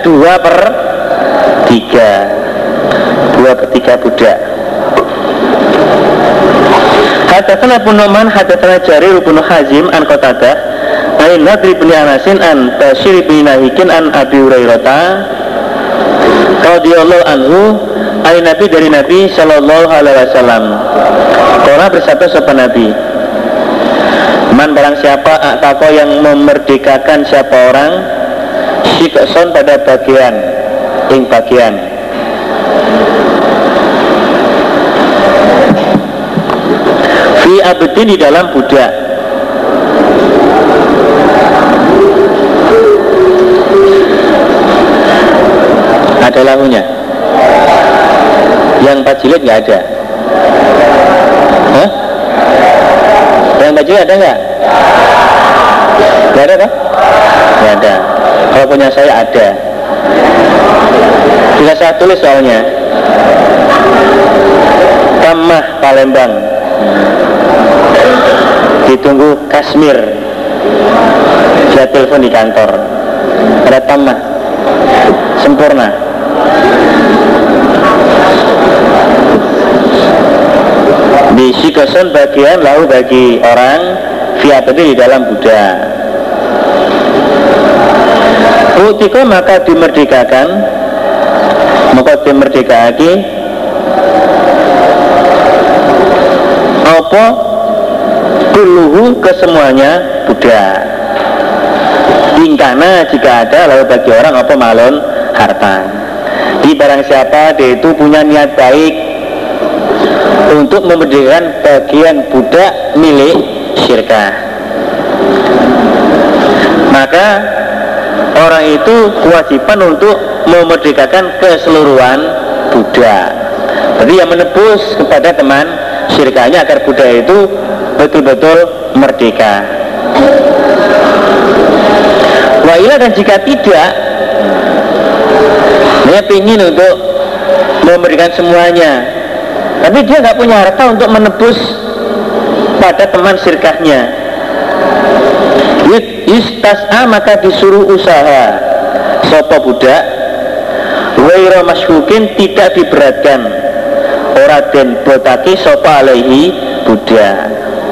S1: 2/3 budak. Hadatsana Ibnu Nu'man hadatsana Jarir bin Hazim an Qatadah an Nadri bin Anasin an Bashir bin Nahikin an Abi Hurairah radhiyallahu anhu, ai Nabi dari Nabi sallallahu alaihi wasallam. Qala bersabda sapa Nabi, man barang siapa atako yang memerdekakan siapa orang sikson pada bagian fi abdin, di dalam budak, ada lahunya. Yang 4 jilid nggak ada? Hah? Yang 4 jilid ada nggak? Nggak ada kan? Nggak ada. Kalau punya saya ada. Bisa saya tulis soalnya. Tamah Palembang. Ditunggu Kashmir. Saya telepon di kantor. Ada Tamah. Sempurna. Di Shikoson bagian lahu bagi orang via di dalam Buddha. Utiko maka dimerdekakan, maka dimerdekake apa duluhu kesemuanya Buddha. Ingkana jika ada lalu bagi orang apa malon harta. Di barang siapa dia itu punya niat baik untuk memerdekakan bagian Buddha milik syirkah, maka orang itu kewajiban untuk memerdekakan keseluruhan Buddha. Jadi yang menebus kepada teman syirkahnya agar Buddha itu betul-betul merdeka. Wailah dan jika tidak, dia ingin untuk memberikan semuanya, tapi dia nggak punya harta untuk menebus pada teman syirkahnya. Istas'a maka disuruh usaha sopo budak waira masyhukin tidak diberatkan ora den botake sopo alaihi budak.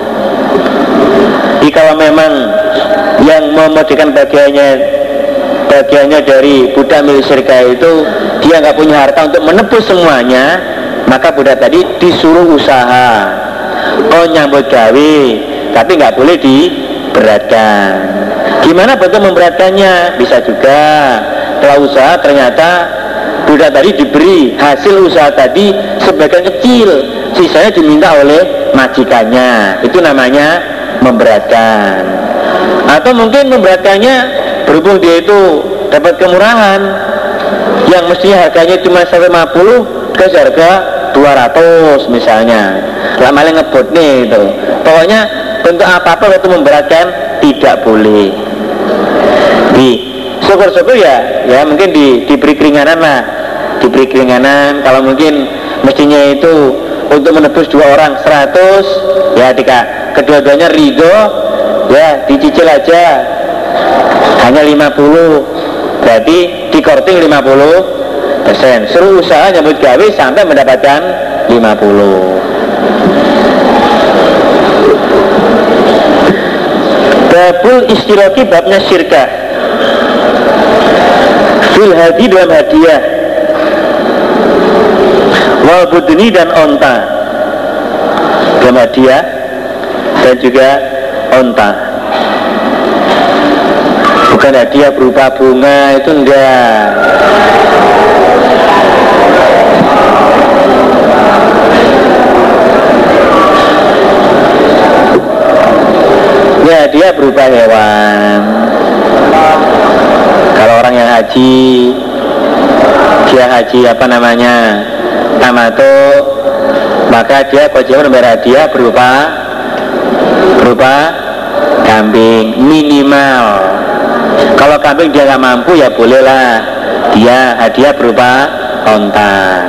S1: Jadi kalau memang yang memerdekakan bagiannya dari budak milik syirkah itu dia nggak punya harta untuk menebus semuanya, maka budak tadi disuruh usaha, nyambut gawe, tapi nggak boleh diberatkan. Gimana bentuk memberatkannya? Bisa juga setelah usaha ternyata budak tadi diberi hasil usaha tadi sebagian kecil, sisanya diminta oleh majikannya. Itu namanya memberatkan. Atau mungkin memberatkannya berhubung dia itu dapat kemurahan yang mestinya harganya cuma 150 ke harga 200 misalnya. Lah malah ngebut nih itu. Pokoknya bentuk apa-apa itu memberatkan tidak boleh. Di syukur-syukur ya mungkin diberi keringanan lah, diberi keringanan. Kalau mungkin mestinya itu untuk menebus 2 orang 100, ya kedua-duanya ridho, ya dicicil aja hanya 50, berarti dikorting 50%. Suruh usaha nyambut gawe sampai mendapatkan 50. Babul istiraki babnya syirkah fil hadi dalam hadiah wal budni dan onta dalam hadiah dan juga onta. Bukan hadiah berupa bunga, itu enggak. Ya dia berupa hewan. Kalau orang yang haji, dia haji apa namanya tamato, maka dia kewajiban membayar hadiah berupa kambing minimal. Kalau kambing dia nggak mampu ya bolehlah dia hadiah berupa onta.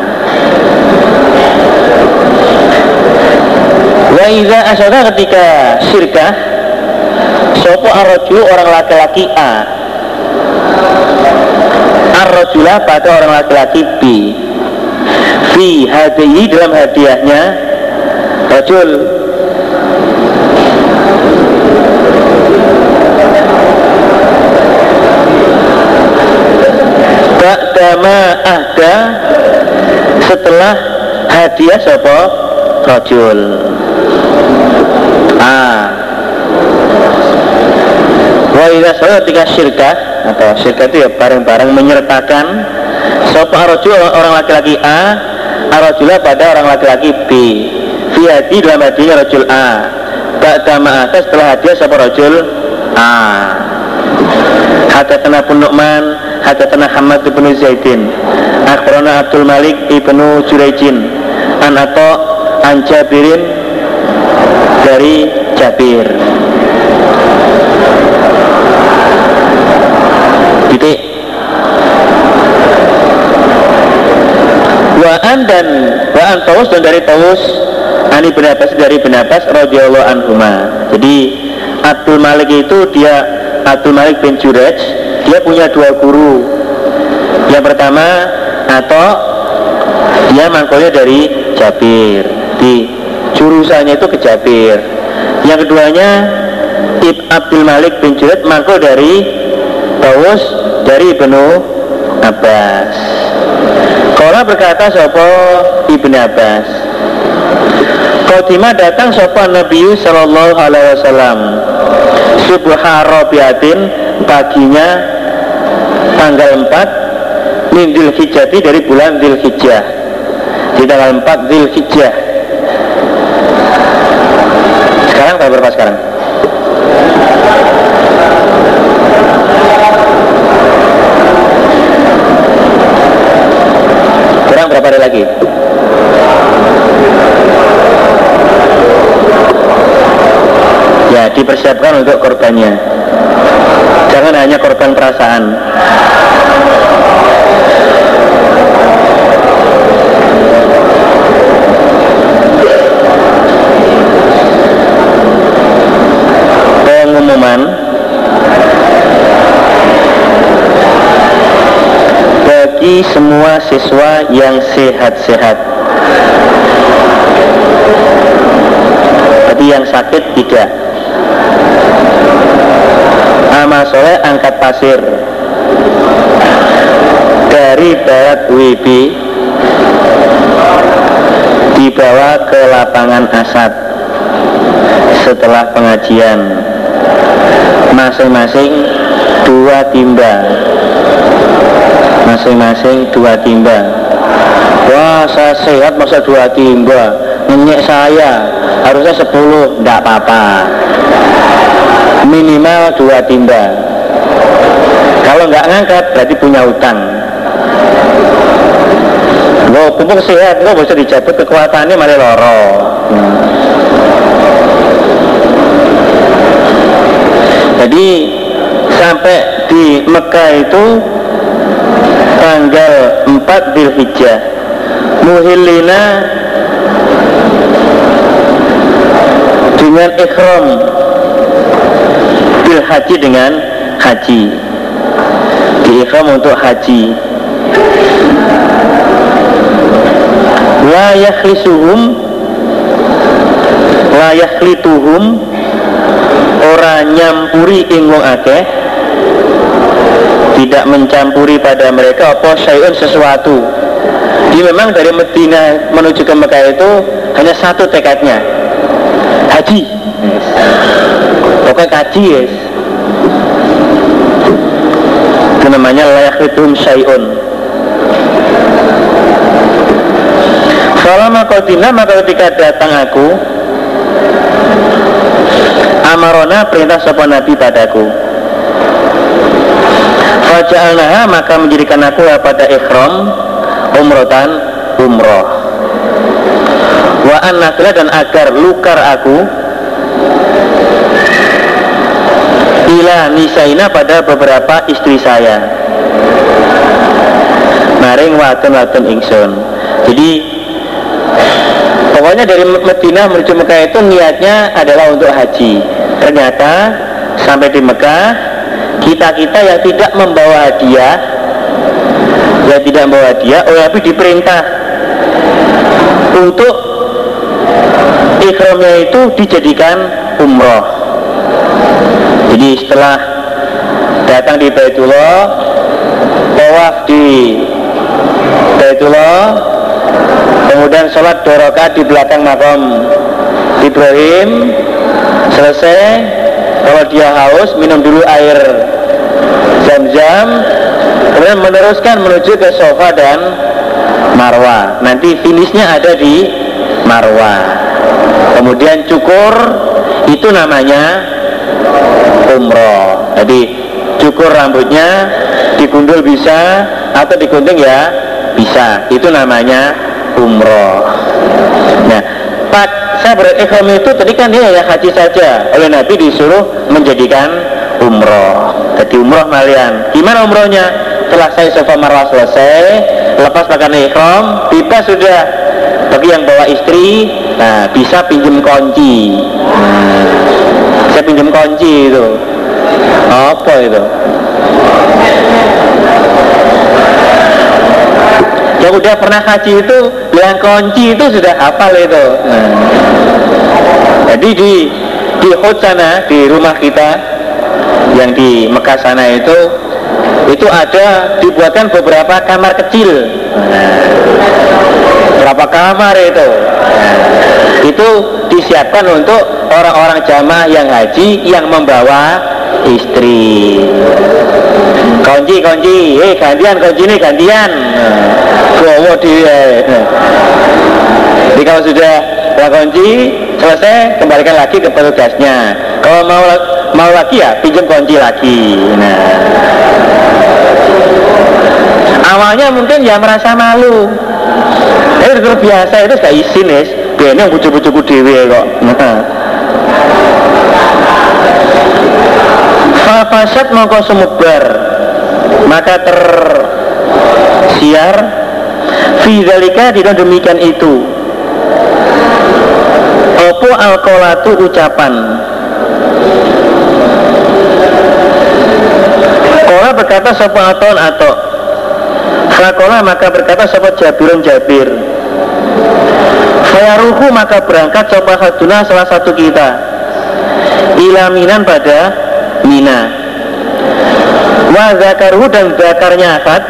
S1: Wa iza asyara ketika syirkah sopo arrojul orang laki-laki A, arrojulah pada orang laki-laki B, fi hadihi dalam hadiahnya rojul. Ba'dama ahda setelah hadiah sopo rojul A. Wa idza salat ketika syirkah atau syirkah itu ya bareng-bareng menyertakan sapa arrojul orang laki-laki A, arrojulah pada orang laki-laki B, fi hadi dalam hadiahnya rojul A. Ba'da ma'ata setelah hadiah sapa rojul A. Hadatsana Abu Nu'man, hadatsana Hamad bin Zaidin, akhbarana Abdul Malik ibnu Jurayjin, an Atha an Jabirin dari Jabir. Wa'an Tawus dan dari Tawus Ani bin Abbas dari bin Abbas radhiyallahu anhuma. Jadi Abdul Malik itu Abdul Malik bin Juraj, dia punya dua guru. Yang pertama dia mangkulnya dari Jabir, di jurusannya itu ke Jabir. Yang keduanya Abdul Malik bin Juraj mangkul dari Tawus dari Ibnu Abbas. Qala berkata sapa Ibnu Abbas, Qadima datang sapa Nabi sallallahu alaihi wasallam subha Rabiatin, paginya tanggal 4 min Dzulhijjah, dari bulan Dzulhijjah, di tanggal 4 Dzulhijjah. Sekarang tanggal berapa sekarang? Kurang berapa hari lagi? Ya, dipersiapkan untuk korbannya. Jangan hanya korban perasaan. Pengumuman bagi semua siswa yang sehat-sehat, tapi yang sakit tidak. Amal soleh angkat pasir dari barat WB dibawa ke lapangan Asad setelah pengajian, masing-masing 2 timba, masing-masing 2 timba. Wah, saya sehat masa 2 timba, ngenyek saya harusnya 10, enggak apa-apa, minimal 2 timba. Kalau nggak ngangkat berarti punya utang. Lo pupuk sehat, lo bisa dicabut kekuatannya malah loro. Jadi sampai di Mekah itu tanggal 4 Dzulhijjah, muhillina dengan ikhram bil haji, dengan haji, di ikhram untuk haji. La yakhlituhum ora nyampuri ing wong akeh, tidak mencampuri pada mereka apa syai'un sesuatu. Jadi memang dari Madinah menuju ke Mekah itu hanya satu tekadnya, haji. Yes. Pokoknya kaji, yes. Itu namanya la yakhlituhum syai'un. Falama qadina, maka ketika datang aku, amarona perintah sapa Nabi padaku, faja'alnaha, maka menjadikan aku pada ikhram umrotan, umroh, wa an-nasla, dan agar lukar aku ila nisaina, pada beberapa istri saya, maring wadon-wadon ingsun. Jadi pokoknya dari Madinah menuju Mekah itu niatnya adalah untuk haji. Ternyata sampai di Mekah, kita-kita yang tidak membawa hadiah, tapi diperintah untuk ikhramnya itu dijadikan umroh. Jadi setelah datang di Baitullah, tawaf di Baitullah, kemudian sholat 2 rakaat di belakang makam Ibrahim, selesai, kalau dia haus minum dulu air Zam-Zam, kemudian meneruskan menuju ke Safa dan Marwah. Nanti finishnya ada di Marwah. Kemudian cukur, itu namanya umroh. Jadi cukur rambutnya, digundul bisa, atau digunting ya bisa, itu namanya umroh. Nah, saya berikhram itu tadi kan dia ya haji saja, oleh Nabi disuruh menjadikan umroh. Jadi umroh malian. Gimana umrohnya? selesai sofa marwah selesai, lepas pakaian ihram, tiba sudah bagi yang bawa istri, nah bisa pinjam kunci. Saya pinjam kunci itu. Apa itu? Yang udah pernah haji itu, yang kunci itu sudah hafal itu. Jadi di Hud sana, di rumah kita yang di Mekah sana itu ada dibuatkan beberapa kamar kecil. Berapa kamar itu? Itu disiapkan untuk orang-orang jamaah yang haji yang membawa istri. Kunci, gantian kunci ini gantian. Bawa dia. Jadi kalau sudah kunci selesai, kembalikan lagi ke petugasnya. Kalau mau lagi ya pinjam kunci lagi. Nah, awalnya mungkin ya merasa malu. Itu terbiasa, itu gak izin ya. Biasanya bucu-bucuku dewe kok. Fafasad mongko sumubar, maka tersiar fidzalika tidak demikian itu opo alqolatu ucapan. Kola berkata sapa aton atau fakola maka berkata sapa Jabirun Jabir. Fayaruhu maka berangkat sapa haduna salah satu kita ila minan pada Mina. Wa zakaruhu dan zakarnya akad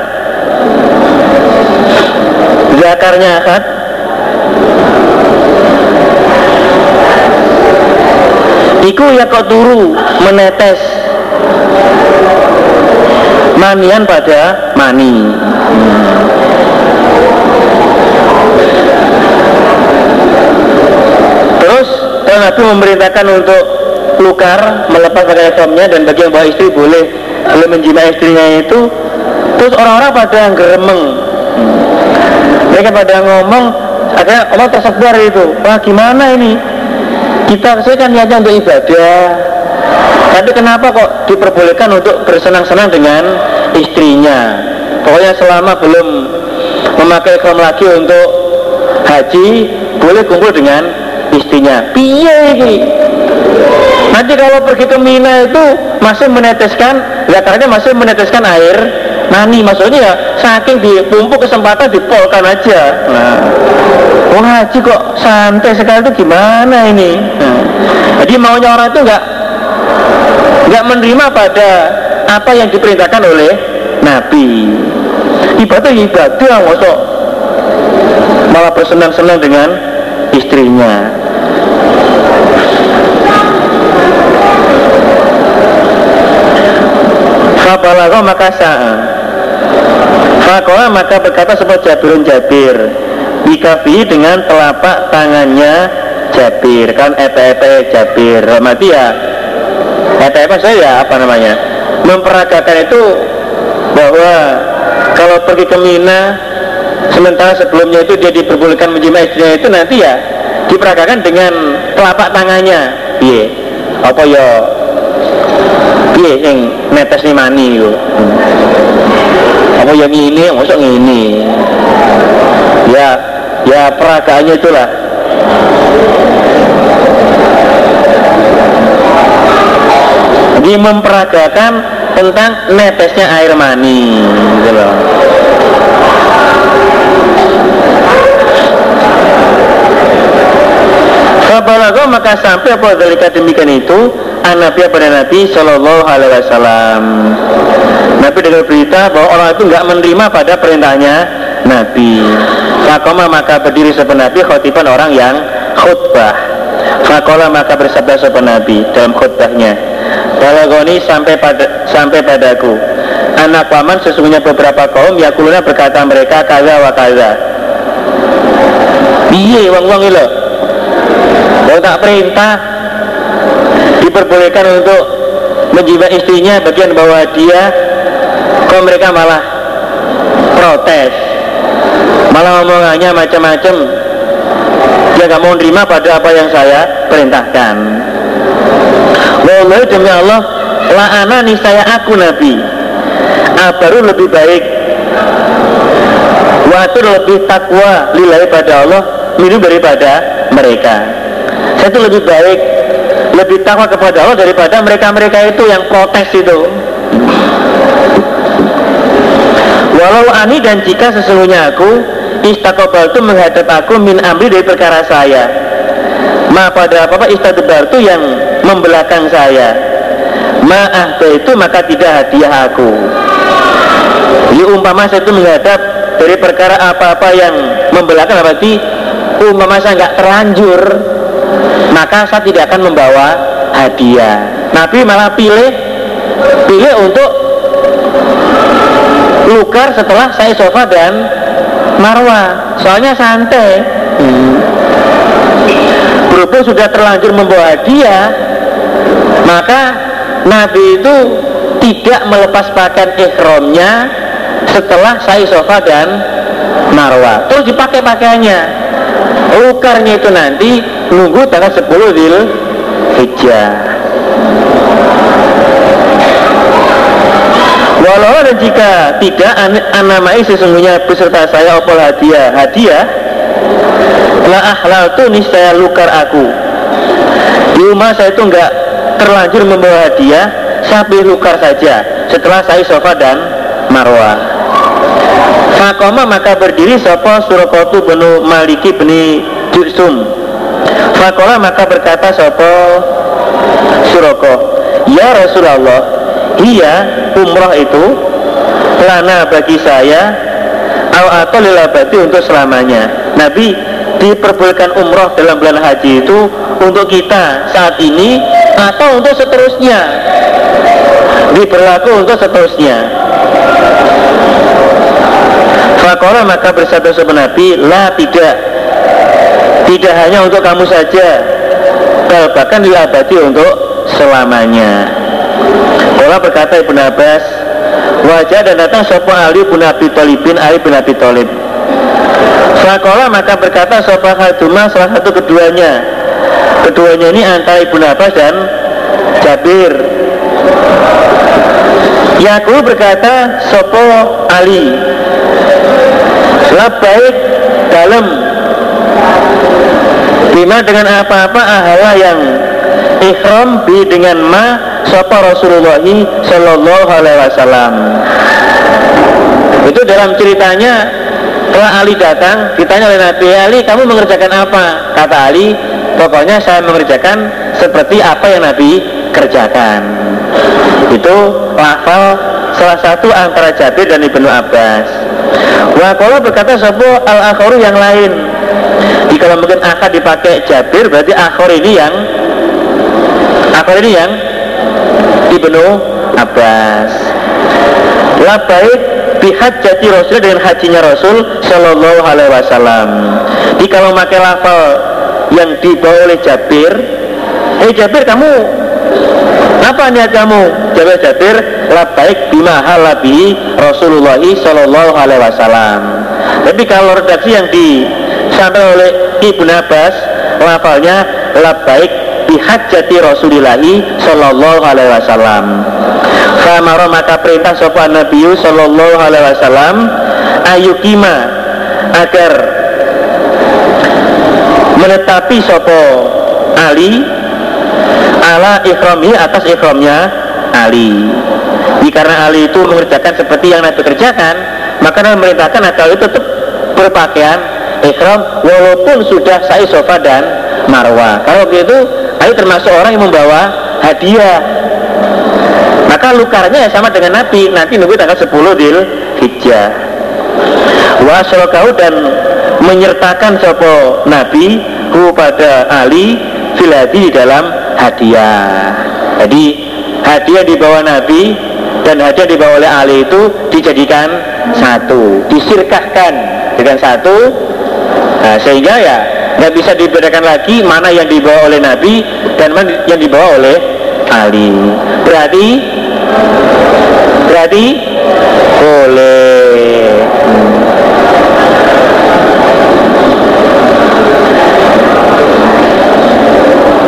S1: iku yakoturu menetes manian pada mani. Terus Nabi memerintahkan untuk lukar, melepas pakaian ihramnya, dan bagi yang bawa istri boleh menjima istrinya itu. Terus orang-orang pada geremeng, mereka pada ngomong, akhirnya Allah tersebar itu, wah gimana ini, saya kan niatnya untuk ibadah, tapi kenapa kok diperbolehkan untuk bersenang-senang dengan istrinya? Pokoknya selama belum memakai ihram lagi untuk haji, boleh kumpul dengan istrinya. Piye ini? Nanti kalau pergi ke Mina itu masih meneteskan, zakarnya masih meneteskan air mani, maksudnya ya saking ditumpuk kesempatan dipolkan aja. Nah, haji kok santai sekali itu gimana ini? Jadi maunya orang itu nggak menerima pada apa yang diperintahkan oleh Nabi. Ibadah maksud malah bersenang-senang dengan istrinya. Fabalago maka Fakola maka berkata seperti Jabirun Jabir bikafi dengan telapak tangannya Jabir, kan ete Jabir. Mati ya ete saya apa namanya, memperagakan itu bahwa kalau pergi ke Mina, sementara sebelumnya itu dia diperbolehkan menjima istrinya, itu nanti ya diperagakan dengan telapak tangannya. Iya apa ya yang netes nih mani itu, apa yang ini, maksud ini, ya peragaannya itulah. Jadi memperagakan tentang netesnya air mani, gitu loh. Fabalago maka sampai apa dalika demikian itu Nabi pada Nabi Shallallahu Alaihi Wasallam. Nabi dengar berita bahwa orang itu nggak menerima pada perintahnya Nabi. Fakoma maka berdiri sepen Nabi khotiban orang yang khutbah. Fakola maka bersabda sepen Nabi dalam khutbahnya. Balagoni sampai padaku. Anak paman sesungguhnya beberapa kaum yakuluna berkata mereka kaza wa kaza. Iye wong itu. Kalau tak perintah diperbolehkan untuk menjima istrinya bagian bawah dia, kok mereka malah protes, malah omongannya macam-macam. Dia gak mau nerima pada apa yang saya perintahkan. Wallahi demi Allah, la'ana nisaya aku Nabi abaru lebih baik, watur lebih takwa lillahi pada Allah minum daripada mereka. Saya itu lebih baik, lebih takwa kepada Allah daripada mereka-mereka itu yang protes itu. Walau ani, dan jika sesungguhnya aku istaqbaltu menghadap aku min amri dari perkara saya, ma pada apa istadbartu yang membelakang saya, ma itu maka tidak hadiah aku. Jadi umpama saya itu menghadap dari perkara apa-apa yang membelakang, berarti umpama saya nggak terlanjur, maka saya tidak akan membawa hadiah. Nabi malah pilih untuk lukar setelah Sa'i Safa dan Marwah, soalnya santai. Berhubung sudah terlanjur membawa hadiah, maka Nabi itu tidak melepas pakaian ihramnya setelah Sa'i Safa dan Marwah, terus dipakai pakaiannya. Lukarnya itu nanti nunggu tanggal 10 Dzulhijjah. Walau, dan jika tidak anamai sesungguhnya beserta saya opol hadiah la ahlaltu, niscaya lukar aku. Di rumah saya itu enggak terlanjur membawa hadiah, sampai lukar saja setelah Sa'i Safa dan Marwah. Fakoma, maka berdiri sapa Suraqatu bin Maliki bin Jursum. Fakola, maka berkata sapa Suraqah, ya Rasulullah, iya umrah itu lana bagi saya, atau lilabati untuk selamanya. Nabi diperbolehkan umrah dalam bulan haji itu untuk kita saat ini atau untuk seterusnya, diberlaku untuk seterusnya. Fakola, maka bersabda sahabat Nabi, la, tidak hanya untuk kamu saja, bahkan dilabati untuk selamanya. Kola, berkata Ibnu Abbas, wajah dan datang sapa Ali bin Abi Thalibin, Ali bin Abi Thalib. Fakola, maka berkata sapa Khadumah, salah satu keduanya ini antara Ibnu Abbas dan Jabir. Yakulu, berkata sapa Ali, labbaik dalam bima dengan apa-apa ahala yang ihram bi dengan ma sapa Rasulullah sallallahu alaihi wasallam. Itu dalam ceritanya setelah Ali datang ditanya oleh Nabi, Ali kamu mengerjakan apa? Kata Ali, pokoknya saya mengerjakan seperti apa yang Nabi kerjakan. Itu lafal salah satu antara Jabir dan Ibnu Abbas. Waqala, berkata sapa al-akharu yang lain. Jadi kalau mungkin akad dipakai Jabir, berarti akhir ini yang Ibnu Abbas. Labbaik bihajjati Rasul, dengan hajinya Rasul sallallahu alaihi wasallam. Jadi kalau pakai lafal yang dibawa oleh Jabir, Jabir kamu apa niat kamu? Jawab Jabir, labbaik bima halabi Rasulullah sallallahu alaihi wasallam. Tapi kalau redaksi yang disampaikan oleh Ibnu Abbas, lafalnya labbaik bihajjati Rasulillah sallallahu alaihi wasallam. Famara, maka perintah sapa Nabi sallallahu alaihi wasallam ayukima, agar menetapi sapa Ali ala ikrami, atas ikramnya Ali. Jadi karena Ali itu mengerjakan seperti yang Nabi kerjakan, maka Nabi memerintahkan agar Ali tetap berpakaian ikram walaupun sudah Sa'i Safa dan Marwah. Kalau begitu Ali termasuk orang yang membawa hadiah, maka lukarnya sama dengan Nabi, nanti nunggu tanggal 10 Dzulhijjah. Wa syarakahu, dan menyertakan sapa Nabi kepada Ali filadi, di dalam hadiah. Jadi hadiah dibawa Nabi dan hadiah dibawa oleh Ali itu dijadikan satu, disirkahkan dengan satu. Nah, sehingga ya nggak bisa dibedakan lagi mana yang dibawa oleh Nabi dan mana yang dibawa oleh Ali. Berarti boleh.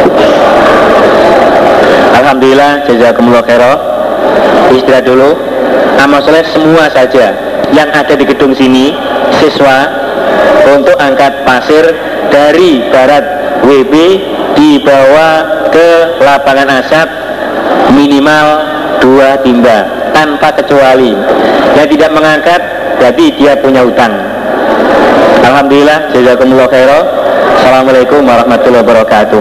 S1: Alhamdulillah, jazakumullah khairan. Istirahat dulu. amal soleh semua saja yang ada di gedung sini, siswa, untuk angkat pasir dari barat WB dibawa ke lapangan asap minimal 2 timba tanpa kecuali. Yang tidak mengangkat berarti dia punya hutang. Alhamdulillah, jazakumullah khairan. Assalamualaikum warahmatullahi wabarakatuh.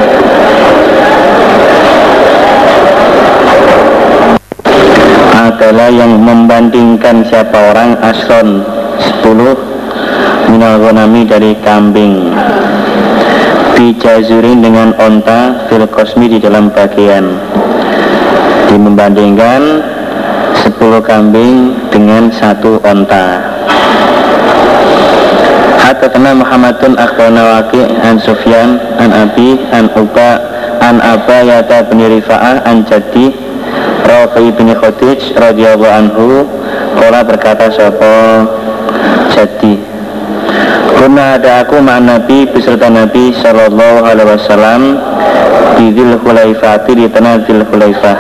S1: Adalah yang membandingkan siapa orang asron 10 minal ghanami dari kambing, bijazurin dengan onta, fil kosmi di dalam bagian, membandingkan 10 kambing dengan 1 onta. Hadatsana Muhammadun akhbarana Waqi' an Sufyan an Abi an Uba an Abayata bin Rifa'ah an Jaddi Rafi bin Khadij radhiyallahu anhu qala berkata sapa Jaddi, kuna ada aku ma'an Nabi beserta Nabi sallallahu alaihi wasallam di Dzul Khulaifati di tanah Dzul Khulaifah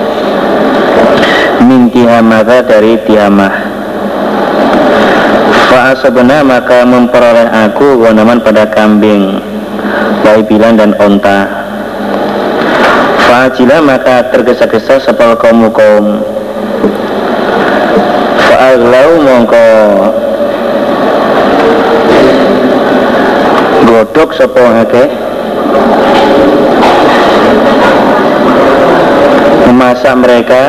S1: min Tihamah dari Tihamah. Fa'asabna maka memperoleh aku wanaman pada kambing, baibilan dan onta. Fa'ajila maka tergesa-gesa sepal kaum fa'aglau mongko godok sepal akeh memasak mereka.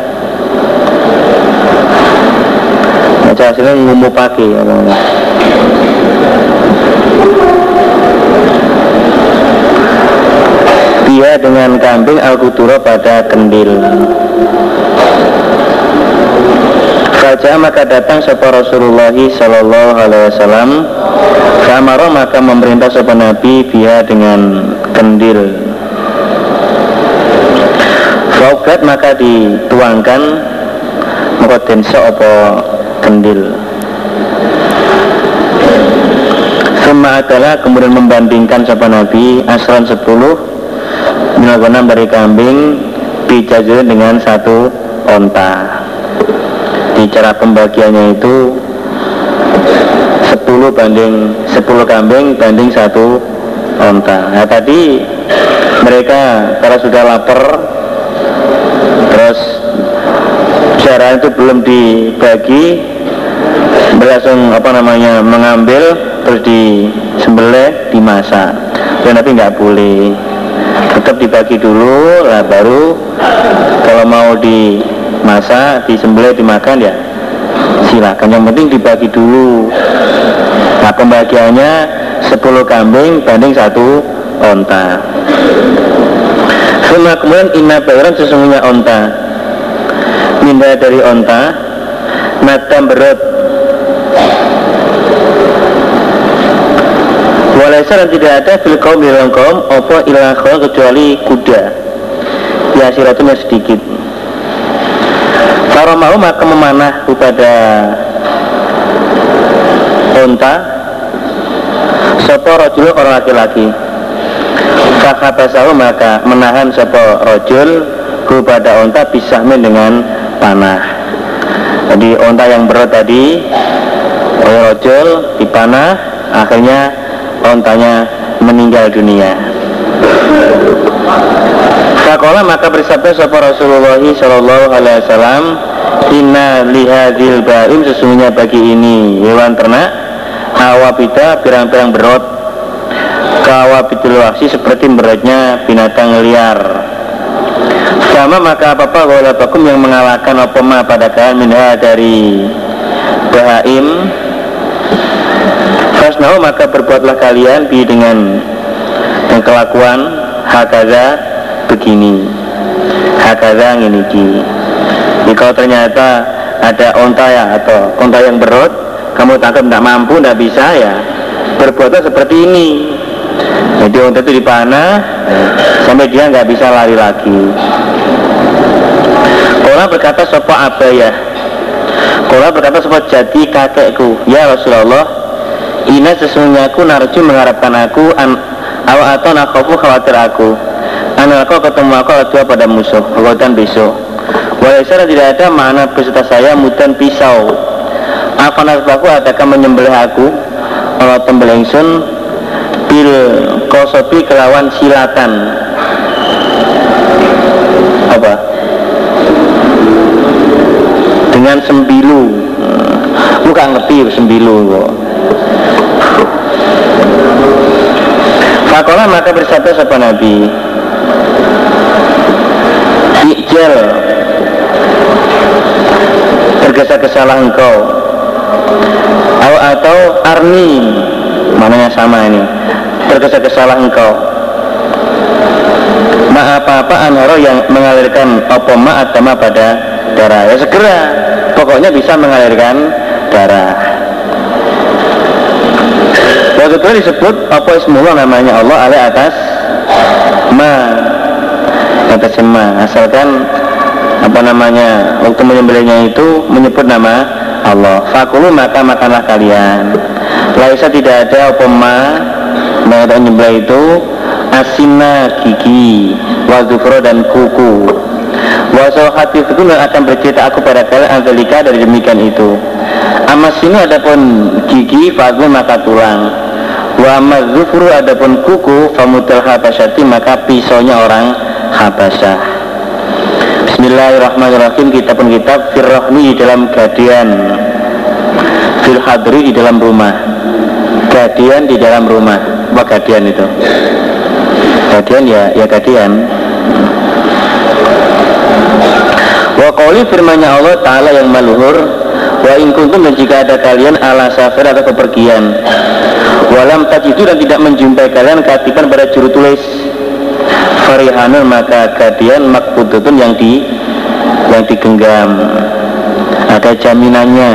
S1: Hasilnya ngumum pagi dia dengan kambing al-kudura pada kendil. Saja maka datang sapa Rasulullah sallallahu alaihi wasallam, kamaro maka memerintah sapa Nabi dia dengan kendil. Fauqat maka dituangkan mengkodensa apa kendil. Summa adalah kemudian membandingkan sapa Nabi asran 10 minal dari kambing bijazir dengan 1 onta. Di cara pembagiannya itu 10 kambing banding 1 onta. Nah tadi mereka kalau sudah lapar terus cara itu belum dibagi, langsung mengambil terus disembelih, dimasak. Dan tapi nggak boleh, tetap dibagi dulu lah, baru kalau mau dimasak, disembelih, dimakan ya silakan. Yang penting dibagi dulu. Nah pembagiannya 10 kambing banding 1 onta. Kemudian inna bayran sesungguhnya onta, minda dari onta, nadam berut, walaysa dan tidak ada fil kaum di dalam kaum opo ilah kaum kecuali kuda, ya siratnya sedikit. Kalau mau maka memanah kepada onta sopo rojul orang laki-laki, fakhabasahu maka menahan sopo rojul kepada onta bisahmin dengan panah. Jadi onta yang berat tadi oleh rojul dipanah, akhirnya ontanya meninggal dunia. Faqala maka bersabda sapa Rasulullah sallallahu alaihi wasallam, inna lihadil ba'im sesungguhnya bagi ini hewan ternak awabida pirang-pirang berot, kawabitul wahsi seperti beratnya binatang liar. Sama maka apa-apa walabakum yang mengalahkan opoma pada kalian minha dari bahaim, fasnau maka berbuatlah kalian bi dengan kelakuan hakaza begini, hakaza ini di. Jadi kalau ternyata ada onta ya atau onta yang berot, kamu tangkap tidak mampu, tidak bisa ya, berbuatlah seperti ini. Jadi onta itu dipanah sampai dia nggak bisa lari lagi. Kola berkata sopa Abayah, Kola berkata sopa jadi kakekku, ya Rasulullah, ina sesungguhnya aku narju mengharapkan aku atau nakhofu khawatir aku, aku ketemu aku dua pada musuh kekuatan besok. Walaisara tidak ada makna beserta saya mudan pisau. Afanasbahu adakah menyembelih aku Allah tembel ingsun bil kosobi kelawan silatan apa dengan sembilu. Bukan ngerti sembilu kok. Fakola maka bersabda sapa Nabi Ijal tergesa-gesalah engkau atau arni mananya sama ini tergesa-gesalah engkau ma apa-apa anharo yang mengalirkan opoma adama pada darah ya segera pokoknya bisa mengalirkan darah. Waktu itu disebut apa ismullah namanya Allah ala atas asalkan apa namanya waktu menyembelihnya itu menyebut nama Allah. Fakulu maka makanlah kalian. Laisa tidak ada opoma menyembelih itu asina gigi wazufro dan kuku. Wasal hati itu akan bercerita aku pada kalian anzalika dari demikian itu. Amas ini adapun gigi fakul maka tulang. Wa mazufru adapun kuku famutal habasyati maka pisaunya orang Habasyah. Bismillahirrahmanirrahim. Kita pun kitab firrahmi di dalam gadian, fil hadri di dalam rumah, gadian di dalam rumah. Apa gadian itu? Gadian ya gadian. Wa qauli firman-Nya Allah Ta'ala yang maluhur, wa in kuntum dan jika ada kalian ala safar atau kepergian, walam tajidu dan tidak menjumpai kalian katiban pada juru tulis, farihanun maka gadian makbudutun yang digenggam, ada jaminannya.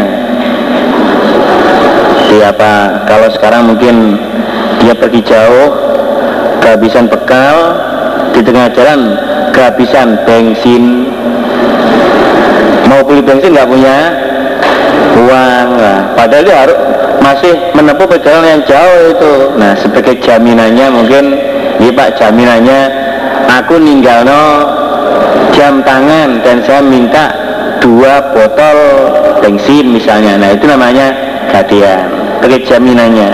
S1: Di apa? Kalau sekarang mungkin dia pergi jauh, kehabisan bekal, di tengah jalan kehabisan bensin, mau beli bensin nggak punya uang, nah, padahal dia harus masih menempuh perjalanan yang jauh itu. Nah, sebagai jaminannya mungkin, iya Pak, jaminannya aku ninggalno jam tangan dan saya minta 2 botol bensin misalnya. Nah, itu namanya gadian, sebagai jaminannya.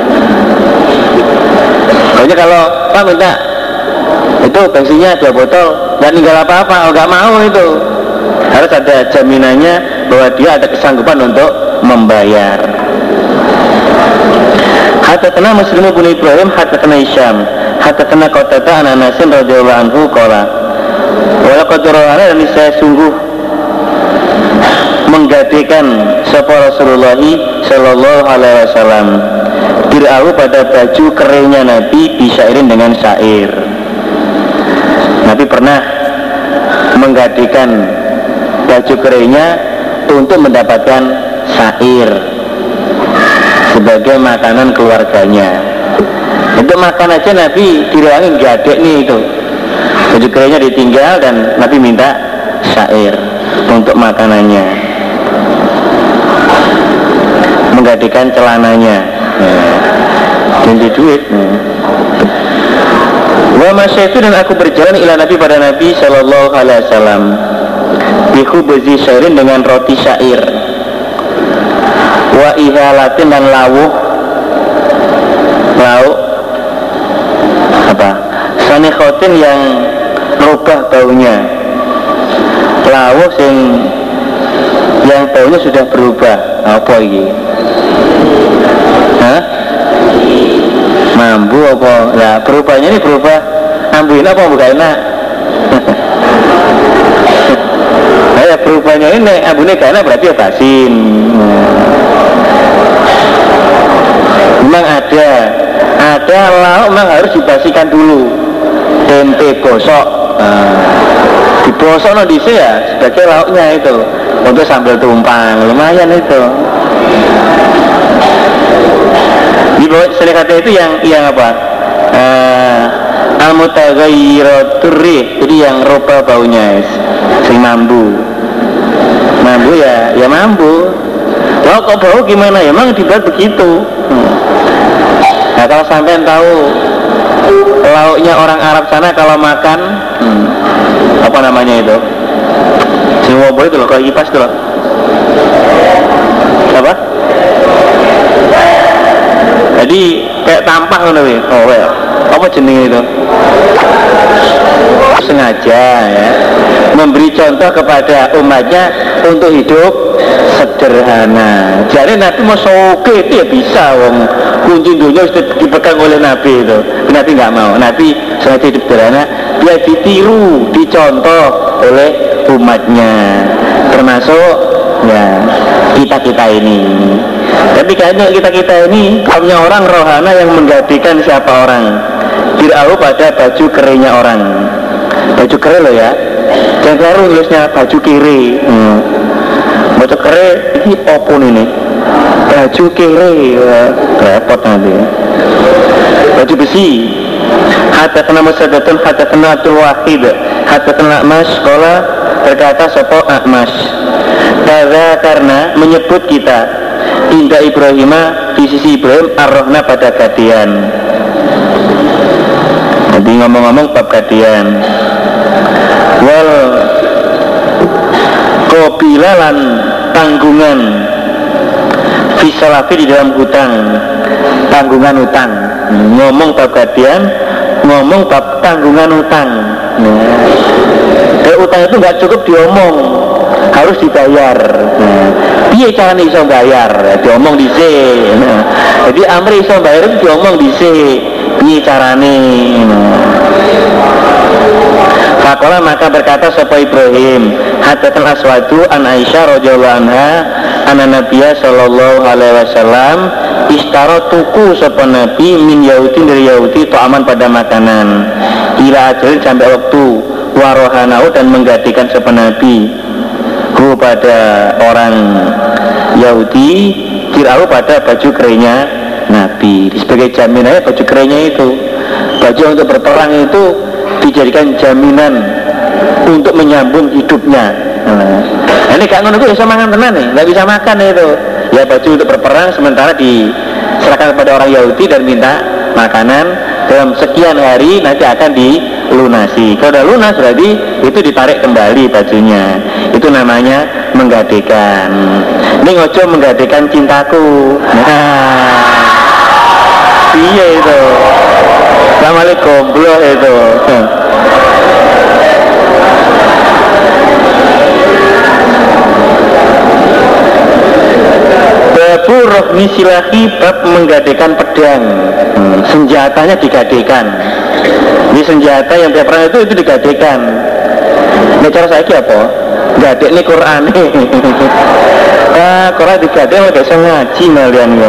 S1: Pokoknya kalau Pak minta itu bensinnya 2 botol, nggak ninggal apa-apa, nggak mau itu. Harus ada jaminannya bahwa dia ada kesanggupan untuk membayar. Hadatsana Muslim bin Ibrahim, hadatsana Hisham, hadatsana Qatadah an Anas radhiyallahu anhu qala wa laqad ra'ana dan saya sungguh menggadekan sapa Rasulullah sallallahu alaihi wasallam dir'ahu pada baju keringnya Nabi bisairin dengan syair. Nabi pernah menggadekan baju keringnya untuk mendapatkan syair sebagai makanan keluarganya. Untuk makan aja Nabi direwangi gadek nih itu. Baju keringnya ditinggal dan Nabi minta syair untuk makanannya, menggadekan celananya, ganti duit. Wa masyaitu dan aku berjalan ila Nabi pada Nabi sallallahu alaihi wasallam bikhubuzi syairin dengan roti syair, wa ihalatin dan lauk apa sanikhotin yang rubah baunya, lauk yang baunya sudah berubah. Apa ini? Hah? Mambu apa? Nah, berubahnya ini berubah ambuin apa bukan enak? Ya berubahnya ini ambune gak enak berarti ya basin. Memang ada lauk memang harus dibasikan dulu. Tempe bosok, dibosok no dhisik ya sebagai lauknya itu untuk sambal tumpang lumayan itu. Di bawah selekate itu yang apa? Al-mutaghayyiratur rih, jadi yang rubah baunya, sing mambu ya mambu. Wah kok bau gimana ya? Memang dibuat begitu. Nah kalau sampean tahu lauknya orang Arab sana kalau makan apa namanya itu? Sing wombo itu loh, kalau kipas itu loh. Apa? Jadi kayak tampah ngono kuwi. Oh, well. Apa jenenge itu? Sengaja ya memberi contoh kepada umatnya untuk hidup sederhana. Jadi Nabi mau soke itu ya bisa, wong kunci dunia sudah dipegang oleh Nabi itu. Nabi nggak mau. Nabi sengaja hidup sederhana biar ditiru, dicontoh oleh umatnya, termasuk ya kita ini. Tapi kayaknya kita ini punya orang rohana yang menggantikan siapa orang. Dirau pada baju kerennya orang. Baju kere loh ya. Jangan baru tulisnya baju kere. Baju kere ini opun ini. Baju kere repot nanti. Baju besi. Hatta kena Musaddatun, hatta kena Abdul Wahid, hatta kena Mas sekolah berkata sopo Ahmas. Karena menyebut kita indah Ibrahimah di sisi Ibrahim ar-Rohna pada gadian. Jadi ngomong-ngomong bab gadian. Wal kobilalan tanggungan fisalafi di dalam hutang, tanggungan utang. Ngomong bab gadian, ngomong bab tanggungan utang. Utang itu nggak cukup diomong, harus dibayar. Piye carane iso bayar? Diomong dhisik. Jadi amri iso bayar itu diomong dhisik. Piye carane? Faqala maka berkata sapa Ibrahim, hadatsal Aswadu an Aisyah radhiyallahu anha, anna Nabiyya sallallahu alaihi wasallam istara tuku sapa Nabi min Yahudi dari Yahudi ta'aman pada makanan. Ila ajalin sampai waktu warohanau dan menggantikan sapa Nabi pada orang Yahudi kirahu pada baju kerennya Nabi. Sebagai jaminannya baju kerennya itu, baju untuk berperang itu dijadikan jaminan untuk menyambung hidupnya. Ini gak ngono itu bisa makan tenan nih, nggak bisa makan itu. Ya baju untuk berperang sementara diserahkan kepada orang Yahudi dan minta makanan dalam sekian hari nanti akan dilunasi. Kalau udah lunas berarti itu ditarik kembali bajunya. Itu namanya menggadekan. Ini ngojo menggadekan cintaku. Nah, iya itu. Assalamualaikum, gombloh itu. Babu rohni silahi bab menggadekan pedang. Senjatanya digadekan. Ini senjata yang tiap perang itu digadekan. Ini cara saya apa? Gadek ini Quran. Quran digadek nggak bisa ngaji malian ya.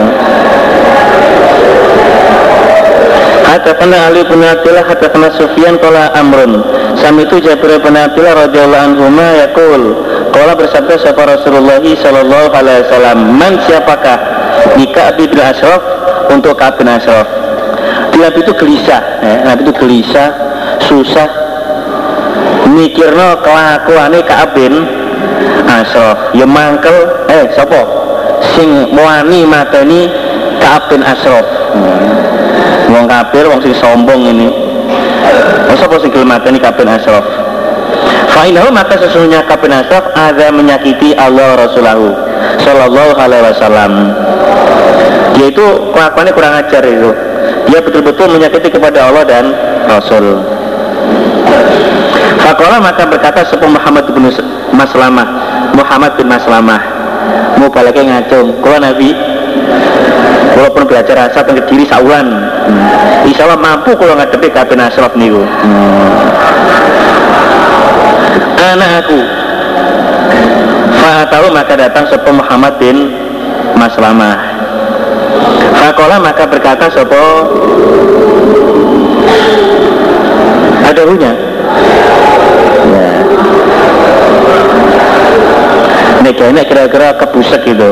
S1: Hadatsana Ali bin Abdullah hadatsana Sufyan qala Amrun sami'tu Jabir bin Abdullah radhiyallahu anhuma yaqul qala bersabda sapa Rasulullah sallallahu alaihi wasallam, man siapakah Ka'ab bin Ashraf untuk Ka'ab bin Ashraf. Nabi itu gelisah, Nabi itu gelisah, susah mikirno kelakuane Ka'ab bin Ashraf. Ya mangkel, sapa sing wani mateni Ka'ab bin Ashraf. Wong kafir, wong sing sombong ini. Sapa sing gelem mateni Ka'ab bin Ashraf? Fa'inahu maka sesungguhnya Ka'ab bin Ashraf ada menyakiti Allah Rasulahu sallallahu alaihi wasallam. Dia itu kelakuannya kurang ajar itu. Dia betul-betul menyakiti kepada Allah dan Rasul. Faqala maka berkata sepuh Muhammad bin Maslamah, Muhammad bin Maslamah, mau balake ngacung. Kula Nabi, walaupun belajar rasa tengah diri sawan, insya Allah mampu kalau ngadepi Ka'ab bin Ashraf niku. Anak aku, fa'atahu maka datang sepuh Muhammad bin Maslamah. Faqala maka berkata sopo, ada hunya ya. Ini kira-kira kebusek gitu.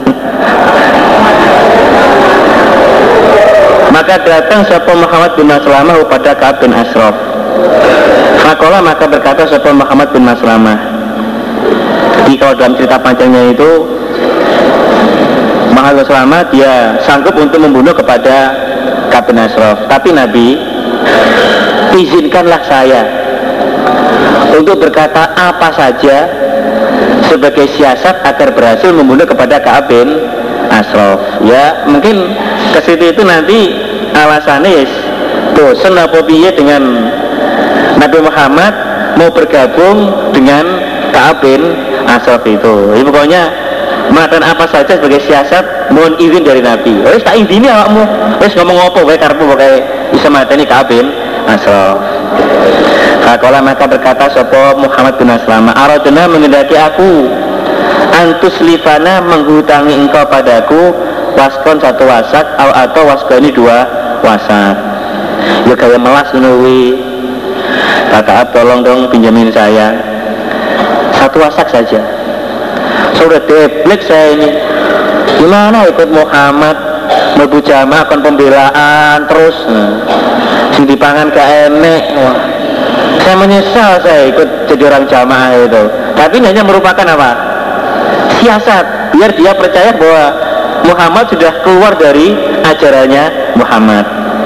S1: Maka datang sopo Muhammad bin Maslamah pada Ka'ab bin Ashraf. Faqala maka berkata sopo Muhammad bin Maslamah. Jadi kalau dalam cerita panjangnya itu Muhammad Maslamah dia sanggup untuk membunuh kepada Ka'ab bin Ashraf. Tapi Nabi, izinkanlah saya untuk berkata apa saja sebagai siasat agar berhasil membunuh kepada Ka'ab bin Ashraf. Ya mungkin ke situ itu nanti alasannya bosen apa piye dengan Nabi Muhammad mau bergabung dengan Ka'ab bin Ashraf itu. Jadi pokoknya melakukan apa saja sebagai siasat mohon izin dari Nabi. Wes tak izini awakmu. Wes ngomong apa wae karepmu pokoke bisa mateni Ka'ab bin Ashraf. Faqala maka berkata sapa Muhammad bin Aslamah, aradna mengendaki aku antuslifana menghutangi engkau padaku waskon satu wasak atau waskoni dua wasak. Ya kayak melas menuwi. Kata tolong dong pinjamin saya satu wasak saja. Sudah deblek saya ini. Gimana ikut Muhammad mlebu jamaah kon pembelaan terus. Sing dipangan gak enek. Wah. Saya menyesal saya ikut jadi orang jamaah itu. Tapi ini hanya merupakan apa? Siasat biar dia percaya bahwa Muhammad sudah keluar dari ajarannya Muhammad.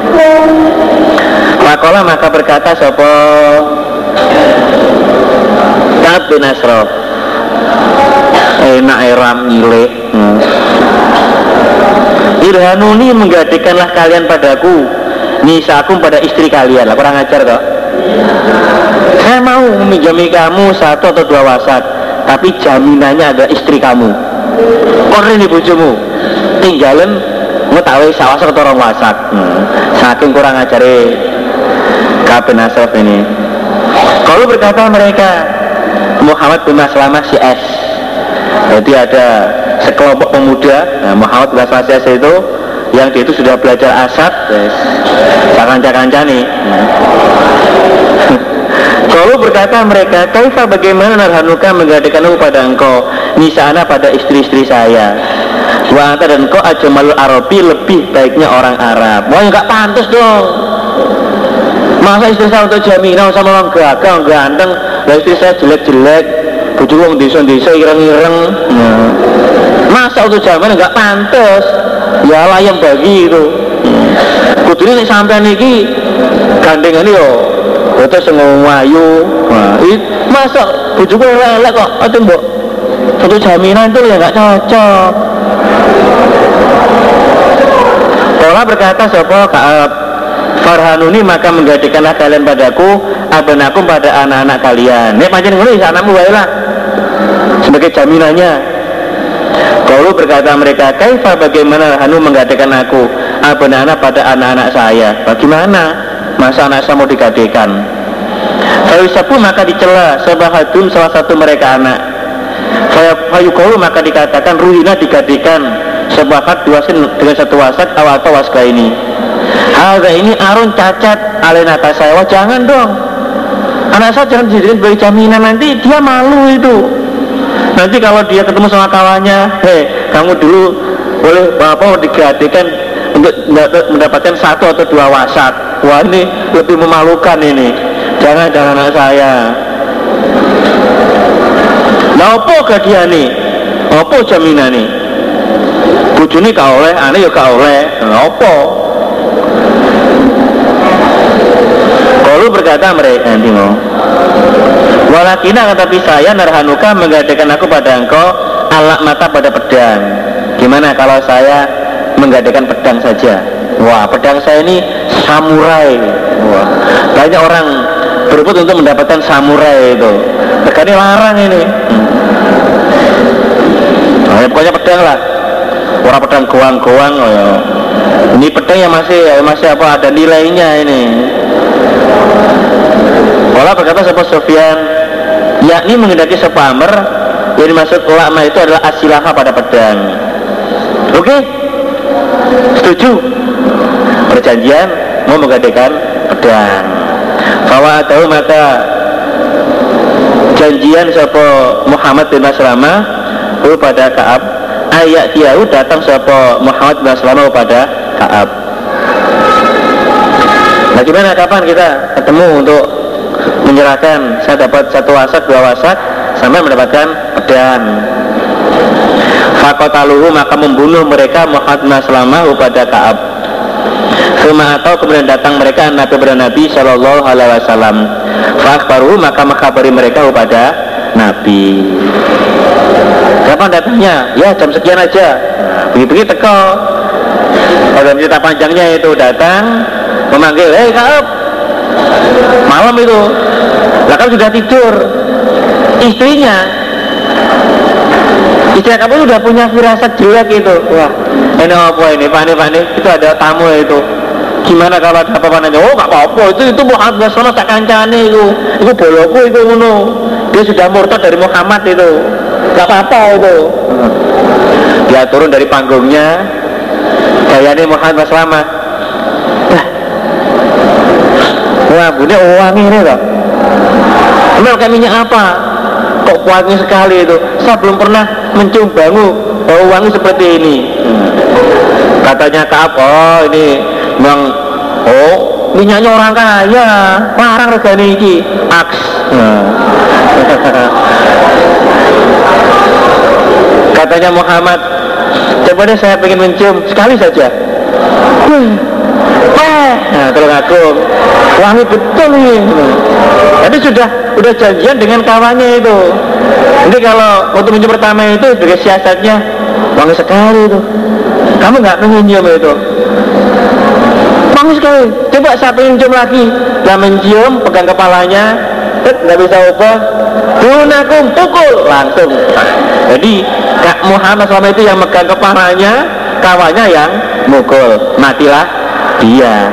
S1: Maka maka berkata sapa Ka'ab bin Ashraf, enak eram nyileh. Irhanuni menggadekanlah kalian padaku nisakum pada istri kalian. Lah kurang ajar toh. Saya mau meminjami kamu satu atau dua wasak, tapi jaminannya adalah istri kamu. Koren di bojomu tinggalin ngetahui sawasak atau orang wasak. Saking kurang ajare Ka'ab bin Ashraf ini. Kalau berkata mereka Muhammad bin Maslamah CS. Jadi ada sekelompok pemuda, Muhammad bin Maslamah CS itu yang dia itu sudah belajar asad, jangan-jangan nih. Kalau berkata mereka, kaifa bagaimana narhanuka menggadekanmu pada engkau nisana pada istri-istri saya. Wa anta dan engkau ajmalul Arabi lebih baiknya orang Arab. Wah enggak pantas dong. Masa istri saya untuk jaminan sama orang gagah, ganteng, lah istri saya jelek-jelek, bojo wong desa-desa ireng-ireng. Masa untuk jaminan enggak pantas. Ya lah yang bagi itu. Kudune nek sampean iki gandengane yo terus ngwayu. Wah, masa bojoku elek kok ate mbok satu jaminan itu ya enggak cocok. Kala berkata sapa Ka'ab, farhanuni maka menggadekanlah kalian padaku abanakum pada anak-anak kalian. Nek pancen ngono ya anakmu wae lah sebagai jaminannya. Kalau berkata mereka, kaifa bagaimana hanu menggadekan aku abana pada anak-anak saya. Bagaimana masa anak saya mau digadekan? Fayusabu maka dicela sabahadun salah satu mereka anak. Fayukolu maka dikatakan ruhina digadekan sebahat duasin dengan satu wasak atau waska ini. Harga ini arun cacat alenata saya. Wah jangan dong, anak saya jangan dijadikan sebagai jaminan, nanti dia malu itu. Nanti kalau dia ketemu sama kawannya, kamu dulu boleh apa digadekan untuk mendapatkan satu atau dua wasak. Wah ini lebih memalukan ini. Jangan anak saya. Nah apa dia nih? Apa jaminan nih? Bojone gak oleh, ane ya gak oleh. Apa? Kalau berkata mereka nanti mau. Walakina tetapi saya narhanuka menggadekan aku pada engkau alak mata pada pedang. Gimana kalau saya menggadekan pedang saja? Wah pedang saya ini samurai. Wah banyak orang berebut untuk mendapatkan samurai itu. Tegane larang ini. Nah, pokoknya pedang lah. Orang pedang goang-goang. Oh, ya. Ini pedang yang masih apa ada nilainya ini. Wala berkata sapa Sufyan, yakni mengendaki sapa Amr, yang dimaksud ulama itu adalah asilaha pada pedang. Oke? Setuju? Perjanjian mau menggadekan pedang. Fawa tahu maka janjian sapa Muhammad bin Maslamah pada Ka'ab, ayat Yahu datang sapa Muhammad bin Maslamah pada Ka'ab. Nah gimana kapan kita ketemu untuk menyerahkan saya dapat satu wasak dua wasak sampai mendapatkan pedang. Fakotaluhu maka membunuh mereka Muhammad bin Maslamah pada Ka'ab. Suma atau kemudian datang mereka Nabi kepada Nabi Shallallahu Alaihi Wasallam. Fakhbaru, maka mengkhabari mereka kepada Nabi. Kapan datangnya? Ya jam sekian aja. Begitu teko. Dalam cerita panjangnya itu datang memanggil, hei Kaab, malam itu. Lah kan sudah tidur. Istri kamu sudah punya firasat jelek itu. Wah, ini apa ini? Pak itu ada tamu itu. Gimana kalau ada apa-apa nanti? Oh gak apa-apa, itu Muhammad sama tak kancane itu boloku itu ngono. Dia sudah murtad dari Muhammad itu. Gak apa-apa itu. Dia turun dari panggungnya, gayanya Muhammad selama. Wah, bunyi wangi ini loh. Ini pakai minyak apa? Kok wangi sekali itu? Saya belum pernah mencium bau wangi seperti ini. Katanya Kaab, oh ini memang, oh minyaknya orang kaya, larang regane iki. Aks. Katanya Muhammad, coba deh saya pengen mencium sekali saja. Nah, terus aku wangi betul nih. Tapi udah janjian dengan kawannya itu. Jadi kalau untuk mencium pertama itu sebagai siasatnya wangi sekali itu. Kamu nggak pengen cium itu? Wangi sekali. Coba saya pengen cium lagi. Lah mencium, pegang kepalanya, nggak bisa ubah. Gunakum pukul langsung. Jadi Kak Muhammad selama itu yang megang kepalanya, kawannya yang mukul. Matilah dia.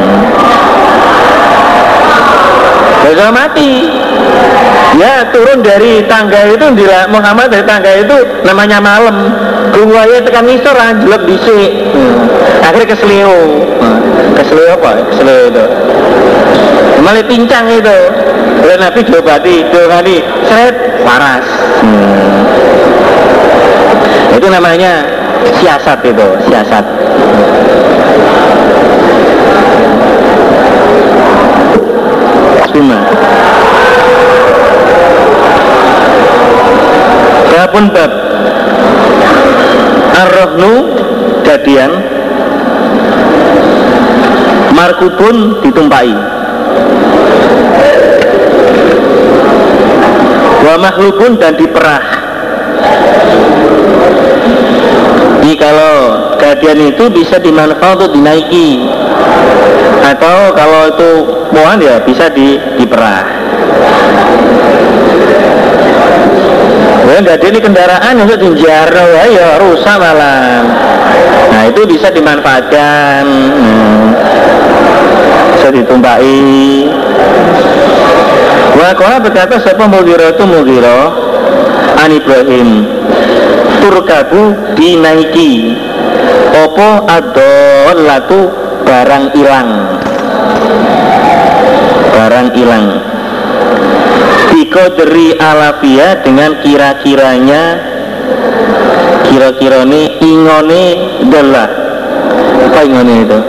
S1: Sudah mati. Ya turun dari tangga itu, Muhammad dari tangga itu namanya malam. Gungwaya tekan ngisor anjlok dhisik. Akhirnya kesleo. Kesleo apa? Kesleo itu. Malah pincang itu. Oleh Nabi diobati, seret waras. Itu namanya siasat itu, siasat. Adapun bab ar-rahnu jadian markubun ditumpai wa mahlubun dan diperah. Jadi kalau gadian itu bisa dimanfaat untuk dinaiki, atau kalau itu mohon ya bisa diperah. Ya nggak ada ini kendaraan untuk dijarno ya rusak malah. Nah itu bisa dimanfaatkan, bisa ditumpai. Waqala berkata siapa Mughirah itu Mughirah an Ibrahim turkabu dinaiki opo adolatu barang ilang biqadri alafia dengan kira-kiranya ingone adalah apa ingone itu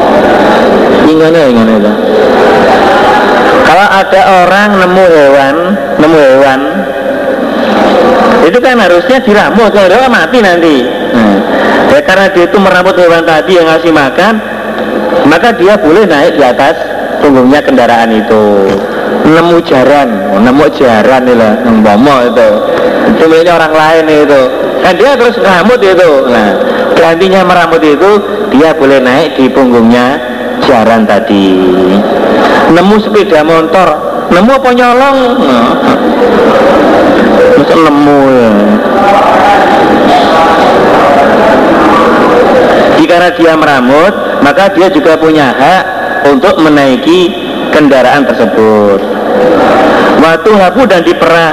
S1: kalau ada orang nemu hewan itu kan harusnya diramut, kalau dia mati nanti. Ya karena dia itu meramut hewan tadi yang ngasih makan, maka dia boleh naik di atas punggungnya kendaraan itu. Nemu jaran nih lah, nembomok itu miliknya orang lain itu, kan dia terus meramut itu. Nah gantinya meramut itu dia boleh naik di punggungnya jaran tadi. Nemu sepeda motor, nemu apa nyolong? Masa nemu ya. Jika dia meramut, maka dia juga punya hak untuk menaiki kendaraan tersebut. Waktu habu dan diperah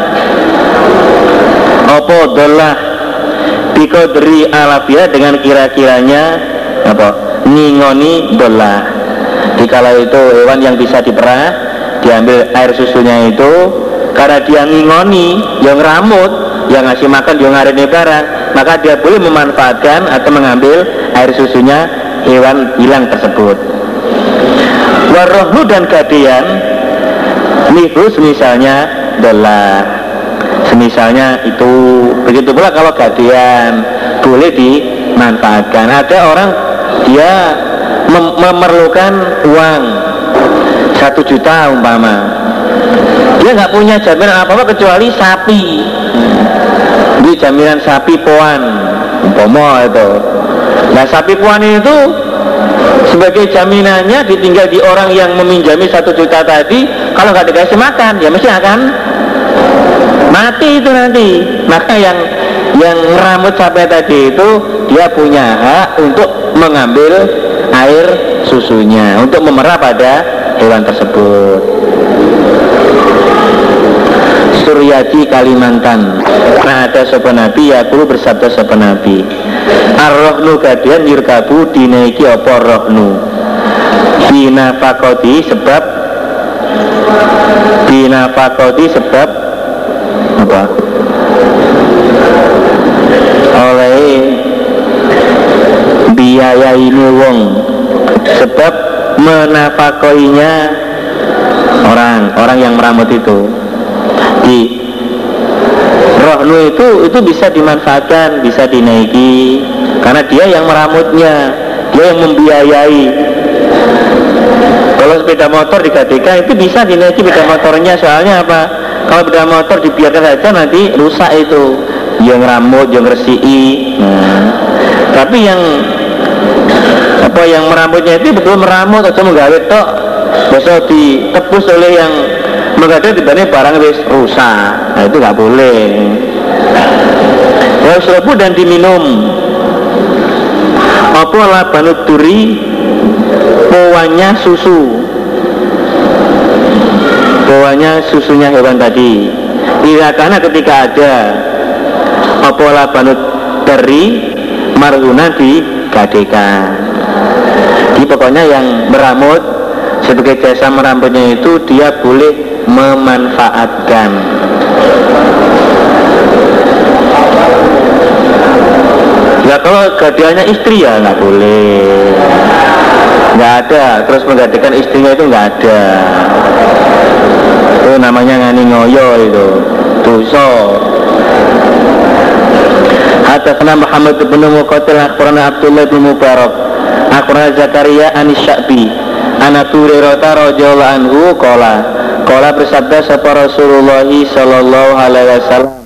S1: opo dolah biqadri alafia dengan kira-kiranya apa ngingoni dolah. Dikala itu hewan yang bisa diperah, diambil air susunya itu, karena dia ngingoni, yang ramut, yang ngasih makan, yang ngarini barang, maka dia boleh memanfaatkan atau mengambil air susunya hewan hilang tersebut. Warohnu dan gadian mihrus misalnya adalah semisalnya itu. Begitu pula kalau gadian boleh dimanfaatkan. Ada orang dia memerlukan uang 1 juta umpama, dia nggak punya jaminan apa-apa kecuali sapi. Ini jaminan sapi poan umpama itu. Nah sapi poan itu sebagai jaminannya ditinggal di orang yang meminjami 1 juta tadi, kalau nggak dikasih makan ya mesti akan mati itu nanti. Maka yang meramut sapi tadi itu dia punya hak untuk mengambil air susunya, untuk memerah pada hewan tersebut. Suryadi Kalimantan. Nah ada sopan Nabi Yakulu bersabda sopan Nabi, ar-rohnu gadian yurkabu dinaiki apa rohnu binafakoti sebab apa? Oleh biaya ini wong, sebab menafakoinya orang yang meramut itu. Di rohnu itu bisa dimanfaatkan, bisa dinaiki karena dia yang meramutnya, dia yang membiayai. Kalau sepeda motor digadekan itu bisa dinaiki sepeda motornya, soalnya apa? Kalau sepeda motor dibiarkan saja nanti rusak itu, yang ngeramut, yang ngeresiki. Tapi yang meramutnya itu betul meramut, atau menggawe tok, besok ditebus oleh yang menggadai dibanding barang wis rusak. Nah itu nggak boleh. Wasrobu dan diminum apa labanud duri, poanya susunya hewan tadi. Karena ketika ada apa labanud dari marhuna digadekan. Jadi pokoknya yang meramut sebagai jasa merambutnya itu dia boleh memanfaatkan. Ya kalau gadiannya istri ya nggak boleh, nggak ada. Terus menggadekan istrinya itu nggak ada. Itu namanya ngani ngoyo, itu dosa. Hadatsana Muhammad bin Muqatil akhbarana Abdullah bin Mubarak akhbarana Zakaria anis Sya'bi ana Hurairah radhiyallahu anhu qala bersabda sapa Rasulullah sallallahu alaihi wasallam,